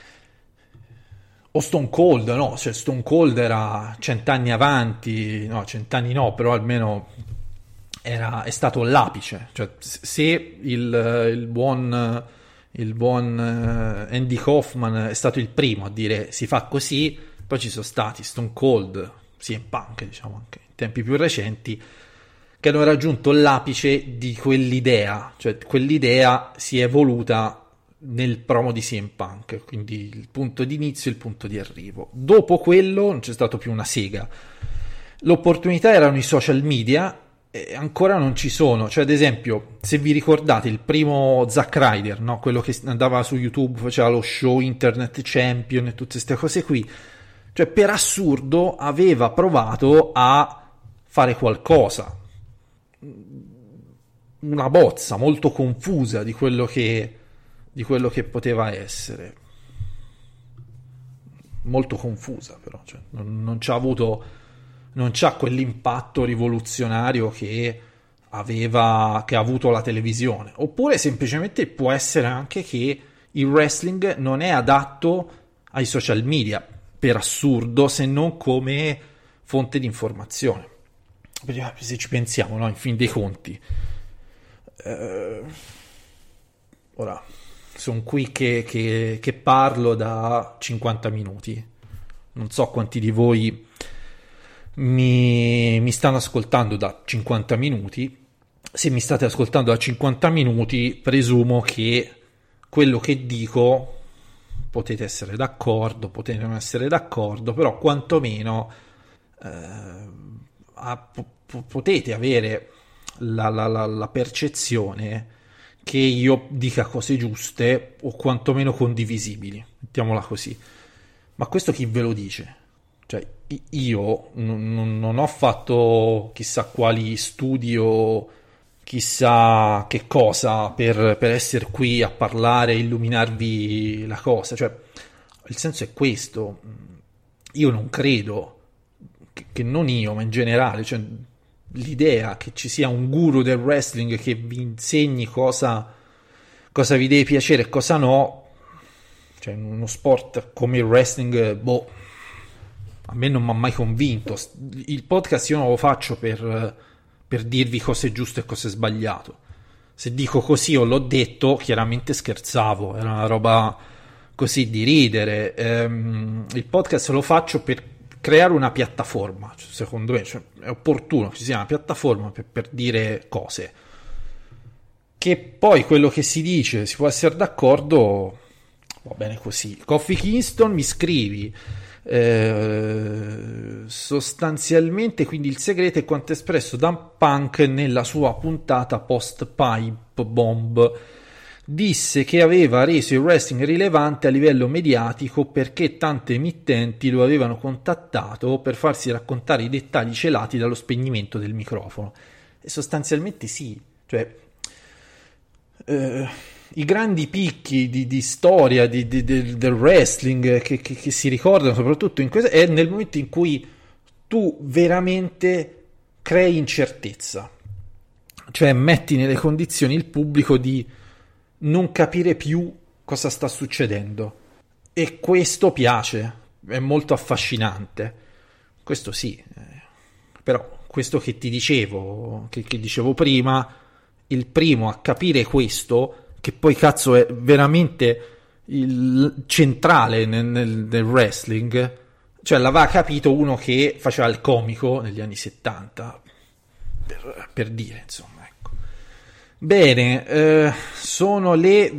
O Stone Cold, no, cioè Stone Cold era 100 anni avanti, no, 100 anni no, però almeno è stato l'apice, cioè se il buon il buon Andy Kaufman è stato il primo a dire si fa così, poi ci sono stati Stone Cold, CM Punk, diciamo anche in tempi più recenti, che hanno raggiunto l'apice di quell'idea, cioè quell'idea si è evoluta nel promo di CM Punk, quindi il punto di inizio e il punto di arrivo. Dopo quello non c'è stato più una sega, l'opportunità erano i social media e ancora non ci sono, cioè ad esempio se vi ricordate il primo Zack Ryder, no? Quello che andava su YouTube, faceva lo show Internet Champion e tutte queste cose qui, cioè per assurdo aveva provato a fare qualcosa, una bozza molto confusa di quello che poteva essere, molto confusa però, cioè, non c'ha quell'impatto rivoluzionario che ha avuto la televisione. Oppure semplicemente può essere anche che il wrestling non è adatto ai social media, per assurdo, se non come fonte di informazione. Se ci pensiamo, no? In fin dei conti, ora sono qui che parlo da 50 minuti, non so quanti di voi mi stanno ascoltando da 50 minuti. Se mi state ascoltando da 50 minuti, presumo che quello che dico potete essere d'accordo, potete non essere d'accordo, però quantomeno potete avere la percezione che io dica cose giuste o quantomeno condivisibili, mettiamola così. Ma questo chi ve lo dice? Cioè, io non ho fatto chissà quali studi o chissà che cosa per essere qui a parlare, illuminarvi la cosa. Cioè, il senso è questo. Io non credo che non io, ma in generale, cioè, l'idea che ci sia un guru del wrestling che vi insegni cosa vi deve piacere e cosa no, cioè in uno sport come il wrestling, a me non mi ha mai convinto. Il podcast io non lo faccio per dirvi cosa è giusto e cosa è sbagliato. Se dico così o l'ho detto, chiaramente scherzavo, era una roba così di ridere. Il podcast lo faccio per creare una piattaforma, cioè, secondo me, cioè, è opportuno che ci sia una piattaforma per dire cose, che poi quello che si dice si può essere d'accordo, va bene così. Kofi Kingston, mi scrivi, sostanzialmente quindi il segreto è quanto espresso da Punk nella sua puntata post Pipe Bomb. Disse che aveva reso il wrestling rilevante a livello mediatico perché tante emittenti lo avevano contattato per farsi raccontare i dettagli celati dallo spegnimento del microfono. E sostanzialmente sì, cioè i grandi picchi di storia del wrestling che si ricordano soprattutto in questo è nel momento in cui tu veramente crei incertezza, cioè metti nelle condizioni il pubblico di non capire più cosa sta succedendo, e questo piace, è molto affascinante, questo sì. Però questo che ti dicevo, che dicevo prima, il primo a capire questo, che poi cazzo è veramente il centrale nel wrestling, cioè l'aveva capito uno che faceva il comico negli anni 70, per dire, insomma. Bene, sono le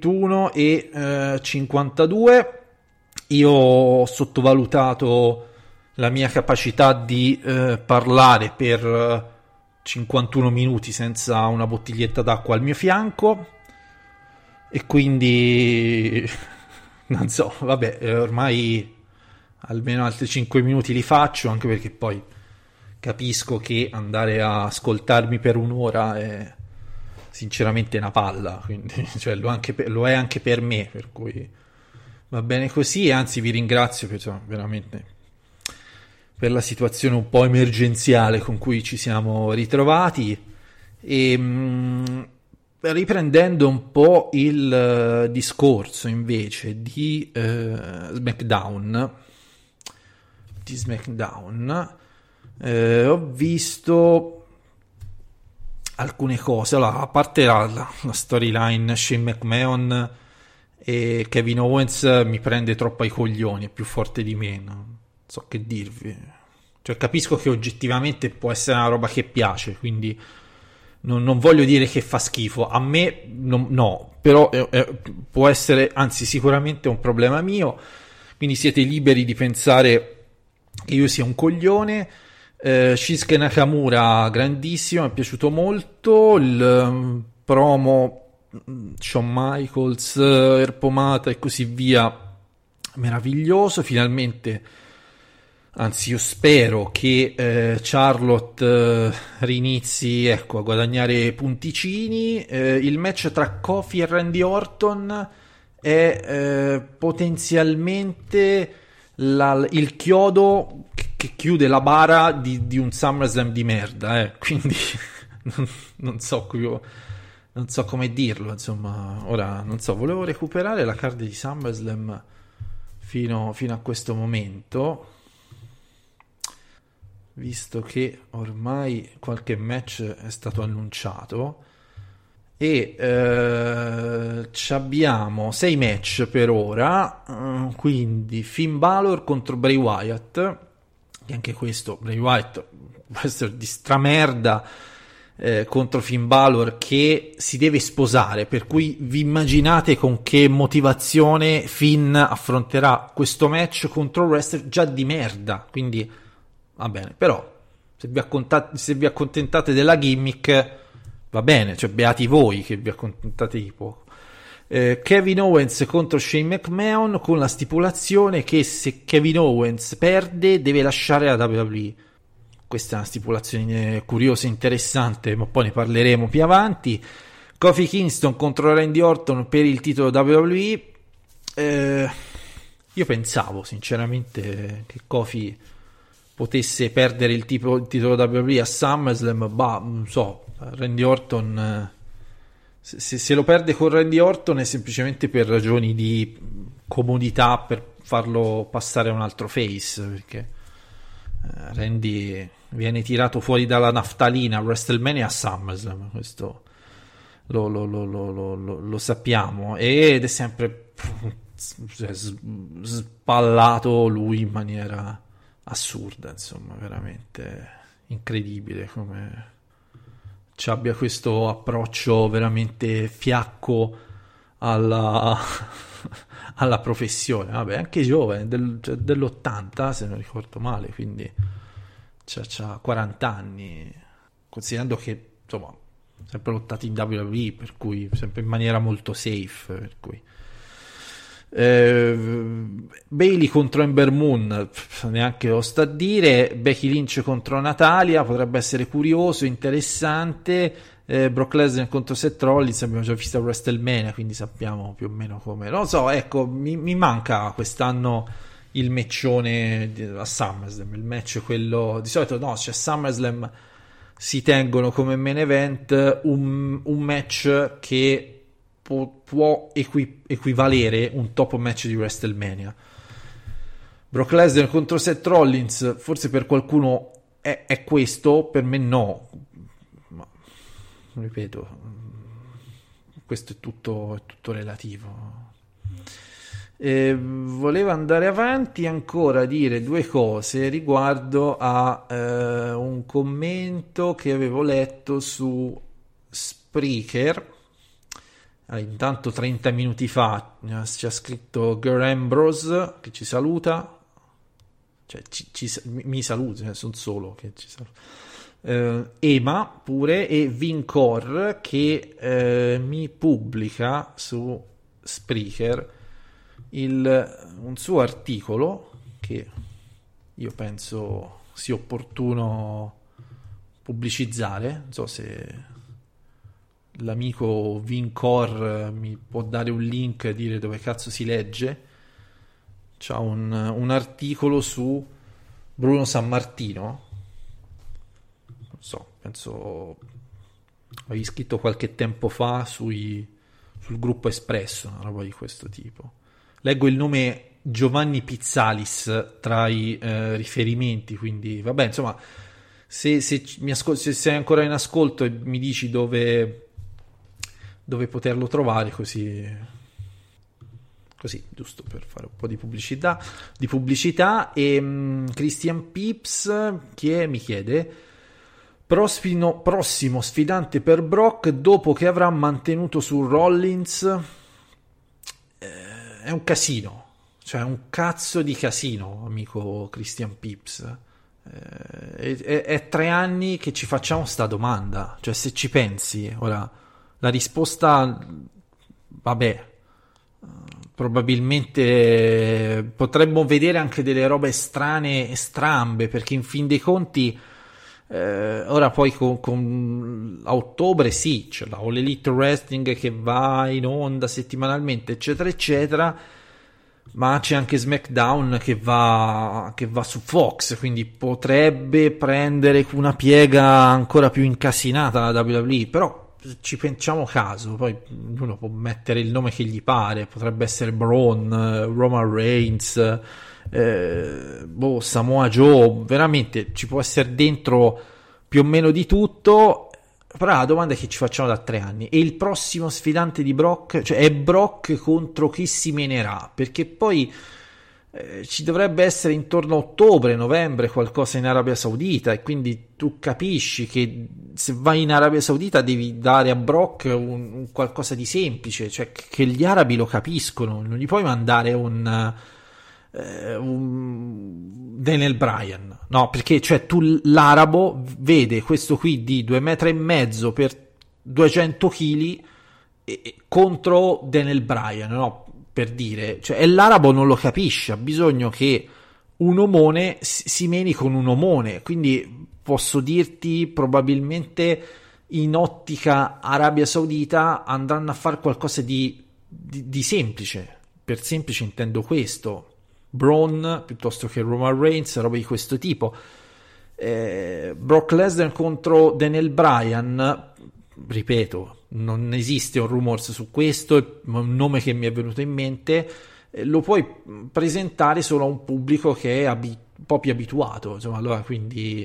21:52. Io ho sottovalutato la mia capacità di parlare per 51 minuti senza una bottiglietta d'acqua al mio fianco, e quindi non so, vabbè, ormai almeno altri 5 minuti li faccio, anche perché poi capisco che andare a ascoltarmi per un'ora è sinceramente una palla, quindi cioè, lo è anche per me, per cui va bene così. E anzi vi ringrazio veramente per la situazione un po' emergenziale con cui ci siamo ritrovati. E riprendendo un po' il discorso invece di SmackDown, ho visto alcune cose. Allora, a parte la storyline Shane McMahon e Kevin Owens mi prende troppo ai coglioni, è più forte di me, non so che dirvi. Cioè, capisco che oggettivamente può essere una roba che piace, quindi non voglio dire che fa schifo, a me no, però può essere, anzi sicuramente è un problema mio, quindi siete liberi di pensare che io sia un coglione. Shinsuke Nakamura grandissimo, mi è piaciuto molto il promo, Shawn Michaels, Erpomata e così via, meraviglioso. Finalmente, anzi io spero che Charlotte rinizi, ecco, a guadagnare punticini. Il match tra Kofi e Randy Orton è potenzialmente il chiodo che chiude la bara di un SummerSlam di merda, quindi non so come dirlo, insomma. Ora non so, volevo recuperare la card di SummerSlam fino a questo momento, visto che ormai qualche match è stato annunciato, e abbiamo 6 match per ora, quindi Finn Balor contro Bray Wyatt, che anche questo Bray Wyatt può essere di stramerda, contro Finn Balor che si deve sposare, per cui vi immaginate con che motivazione Finn affronterà questo match contro un wrestler già di merda, quindi va bene, però se vi accontentate della gimmick va bene, cioè beati voi che vi accontentate di poco. Kevin Owens contro Shane McMahon, con la stipulazione che se Kevin Owens perde deve lasciare la WWE. Questa è una stipulazione curiosa e interessante, ma poi ne parleremo più avanti. Kofi Kingston contro Randy Orton per il titolo WWE. Io pensavo sinceramente che Kofi potesse perdere il titolo WWE a SummerSlam, non so, Randy Orton, se lo perde con Randy Orton è semplicemente per ragioni di comodità, per farlo passare a un altro face, perché Randy viene tirato fuori dalla naftalina a WrestleMania, a SummerSlam, questo lo sappiamo, ed è sempre spallato lui in maniera assurda, insomma, veramente incredibile come ci abbia questo approccio veramente fiacco alla professione. Vabbè, anche giovane, dell'80 se non ricordo male, quindi c'ha 40 anni, considerando che insomma sempre lottato in WWE, per cui sempre in maniera molto safe, per cui Bayley contro Ember Moon neanche lo sta a dire. Becky Lynch contro Natalia potrebbe essere curioso, interessante. Brock Lesnar contro Seth Rollins abbiamo già visto a WrestleMania, quindi sappiamo più o meno come, non lo so, ecco, mi manca quest'anno il matchone a SummerSlam, il match quello di solito, no, cioè SummerSlam si tengono come main event un match che può equivalere un top match di WrestleMania. Brock Lesnar contro Seth Rollins forse per qualcuno è questo, per me no, ma ripeto, questo è tutto relativo. Volevo andare avanti ancora, dire due cose riguardo a un commento che avevo letto su Spreaker. Intanto 30 minuti fa ci ha scritto Girl Ambrose che ci saluta, cioè mi saluta, sono solo che ci saluta. Ema pure, e Vincor che mi pubblica su Spreaker un suo articolo che io penso sia opportuno pubblicizzare. Non so se l'amico Vincor mi può dare un link e dire dove cazzo si legge. C'ha un articolo su Bruno Sammartino, non so, penso avevi scritto qualche tempo fa sul gruppo Espresso, una roba di questo tipo. Leggo il nome Giovanni Pizzalis tra i riferimenti, quindi vabbè, insomma, se sei ancora in ascolto e mi dici dove poterlo trovare, così così, giusto per fare un po' di pubblicità. E Christian Pips mi chiede: prossimo sfidante per Brock dopo che avrà mantenuto su Rollins. È un casino, cioè un cazzo di casino, amico Christian Pips. È 3 anni che ci facciamo sta domanda, cioè se ci pensi, ora la risposta, vabbè, probabilmente potremmo vedere anche delle robe strane e strambe, perché in fin dei conti ora poi con a ottobre sì, c'è la All Elite Wrestling che va in onda settimanalmente, eccetera eccetera, ma c'è anche SmackDown che va su Fox, quindi potrebbe prendere una piega ancora più incasinata la WWE. Però ci facciamo caso, poi uno può mettere il nome che gli pare, potrebbe essere Braun, Roman Reigns, Samoa Joe, veramente ci può essere dentro più o meno di tutto. Però la domanda è che ci facciamo da 3 anni, e il prossimo sfidante di Brock, cioè è Brock contro chi si menerà? Perché poi ci dovrebbe essere intorno a ottobre-novembre qualcosa in Arabia Saudita, e quindi tu capisci che se vai in Arabia Saudita devi dare a Brock un qualcosa di semplice, cioè che gli arabi lo capiscono, non gli puoi mandare un Daniel Bryan, no, perché cioè tu l'arabo vede questo qui di 2,5 metri per 200 kg contro Daniel Bryan, no, per dire, cioè, e l'arabo non lo capisce, ha bisogno che un omone si meni con un omone, quindi posso dirti probabilmente in ottica Arabia Saudita andranno a fare qualcosa di semplice. Per semplice intendo questo: Braun piuttosto che Roman Reigns, roba di questo tipo. Brock Lesnar contro Daniel Bryan, ripeto, non esiste un rumors su questo, è un nome che mi è venuto in mente. Lo puoi presentare solo a un pubblico che è un po' più abituato, insomma, allora quindi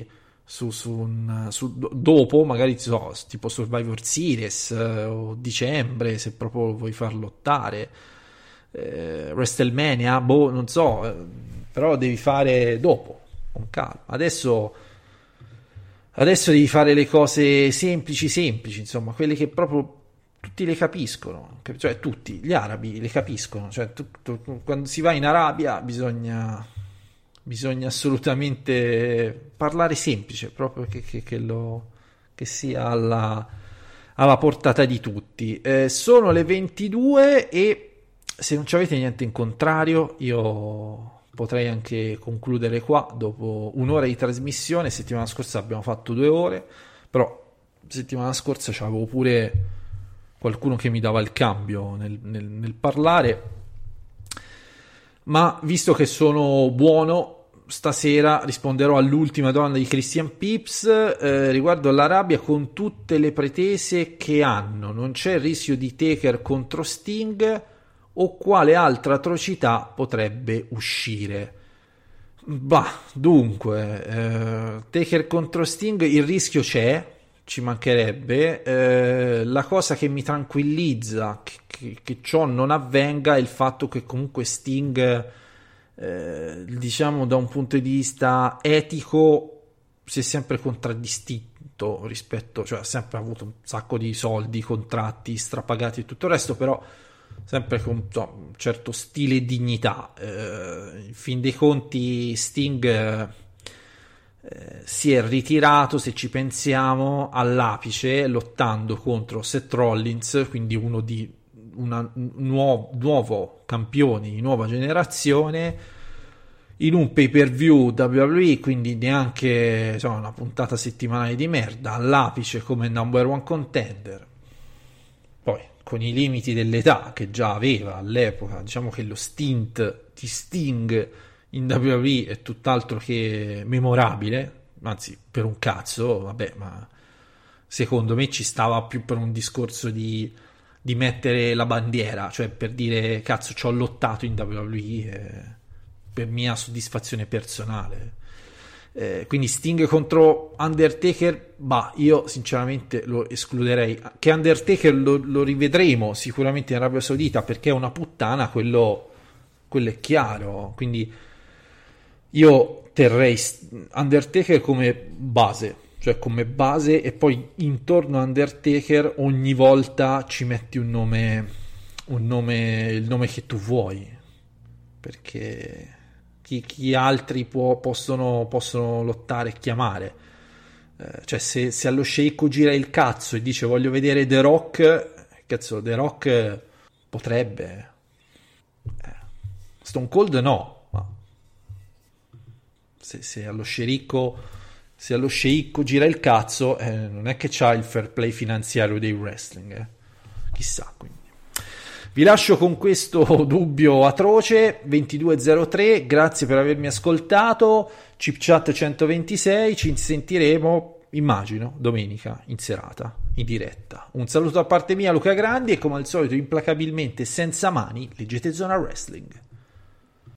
dopo magari tipo Survivor Series o dicembre, se proprio vuoi far lottare, WrestleMania, non so, però devi fare dopo, con calma. Adesso devi fare le cose semplici, insomma, quelle che proprio tutti le capiscono, cioè tutti gli arabi le capiscono, cioè quando si va in Arabia bisogna assolutamente parlare semplice, proprio che sia alla portata di tutti. Sono le 22 e se non ci avete niente in contrario io potrei anche concludere qua dopo un'ora di trasmissione. Settimana scorsa abbiamo fatto 2 ore, però settimana scorsa c'avevo pure qualcuno che mi dava il cambio nel parlare, ma visto che sono buono stasera risponderò all'ultima domanda di Christian Pips riguardo all'Arabia. Con tutte le pretese che hanno, non c'è il rischio di Taker contro Sting, o quale altra atrocità potrebbe uscire? Dunque, Taker contro Sting, il rischio c'è, ci mancherebbe. La cosa che mi tranquillizza che ciò non avvenga è il fatto che comunque Sting, diciamo da un punto di vista etico, si è sempre contraddistinto rispetto, cioè ha sempre avuto un sacco di soldi, contratti strapagati e tutto il resto, però sempre con un certo stile e dignità. In fin dei conti Sting si è ritirato, se ci pensiamo, all'apice, lottando contro Seth Rollins, quindi uno di nuovo campione di nuova generazione, in un pay per view WWE, quindi neanche una puntata settimanale di merda, all'apice come number one contender. Poi con i limiti dell'età che già aveva all'epoca, diciamo che lo stint di Sting in WWE è tutt'altro che memorabile, anzi per un cazzo, vabbè, ma secondo me ci stava più per un discorso di mettere la bandiera, cioè per dire cazzo ci ho lottato in WWE per mia soddisfazione personale. Quindi Sting contro Undertaker, bah, io sinceramente lo escluderei. Che Undertaker lo rivedremo sicuramente in Arabia Saudita, perché è una puttana, quello è chiaro. Quindi io terrei Undertaker come base, cioè come base, e poi intorno a Undertaker ogni volta ci metti il nome che tu vuoi, perché chi altri possono lottare e chiamare. Cioè se allo sceicco gira il cazzo e dice voglio vedere The Rock, cazzo, The Rock potrebbe. Stone Cold no, ma se allo sceicco gira il cazzo, non è che c'ha il fair play finanziario dei wrestling, chissà. Quindi vi lascio con questo dubbio atroce. 2203, grazie per avermi ascoltato. Chip Chat 126, ci sentiremo, immagino, domenica in serata, in diretta. Un saluto da parte mia, Luca Grandi, e come al solito implacabilmente senza mani, leggete Zona Wrestling.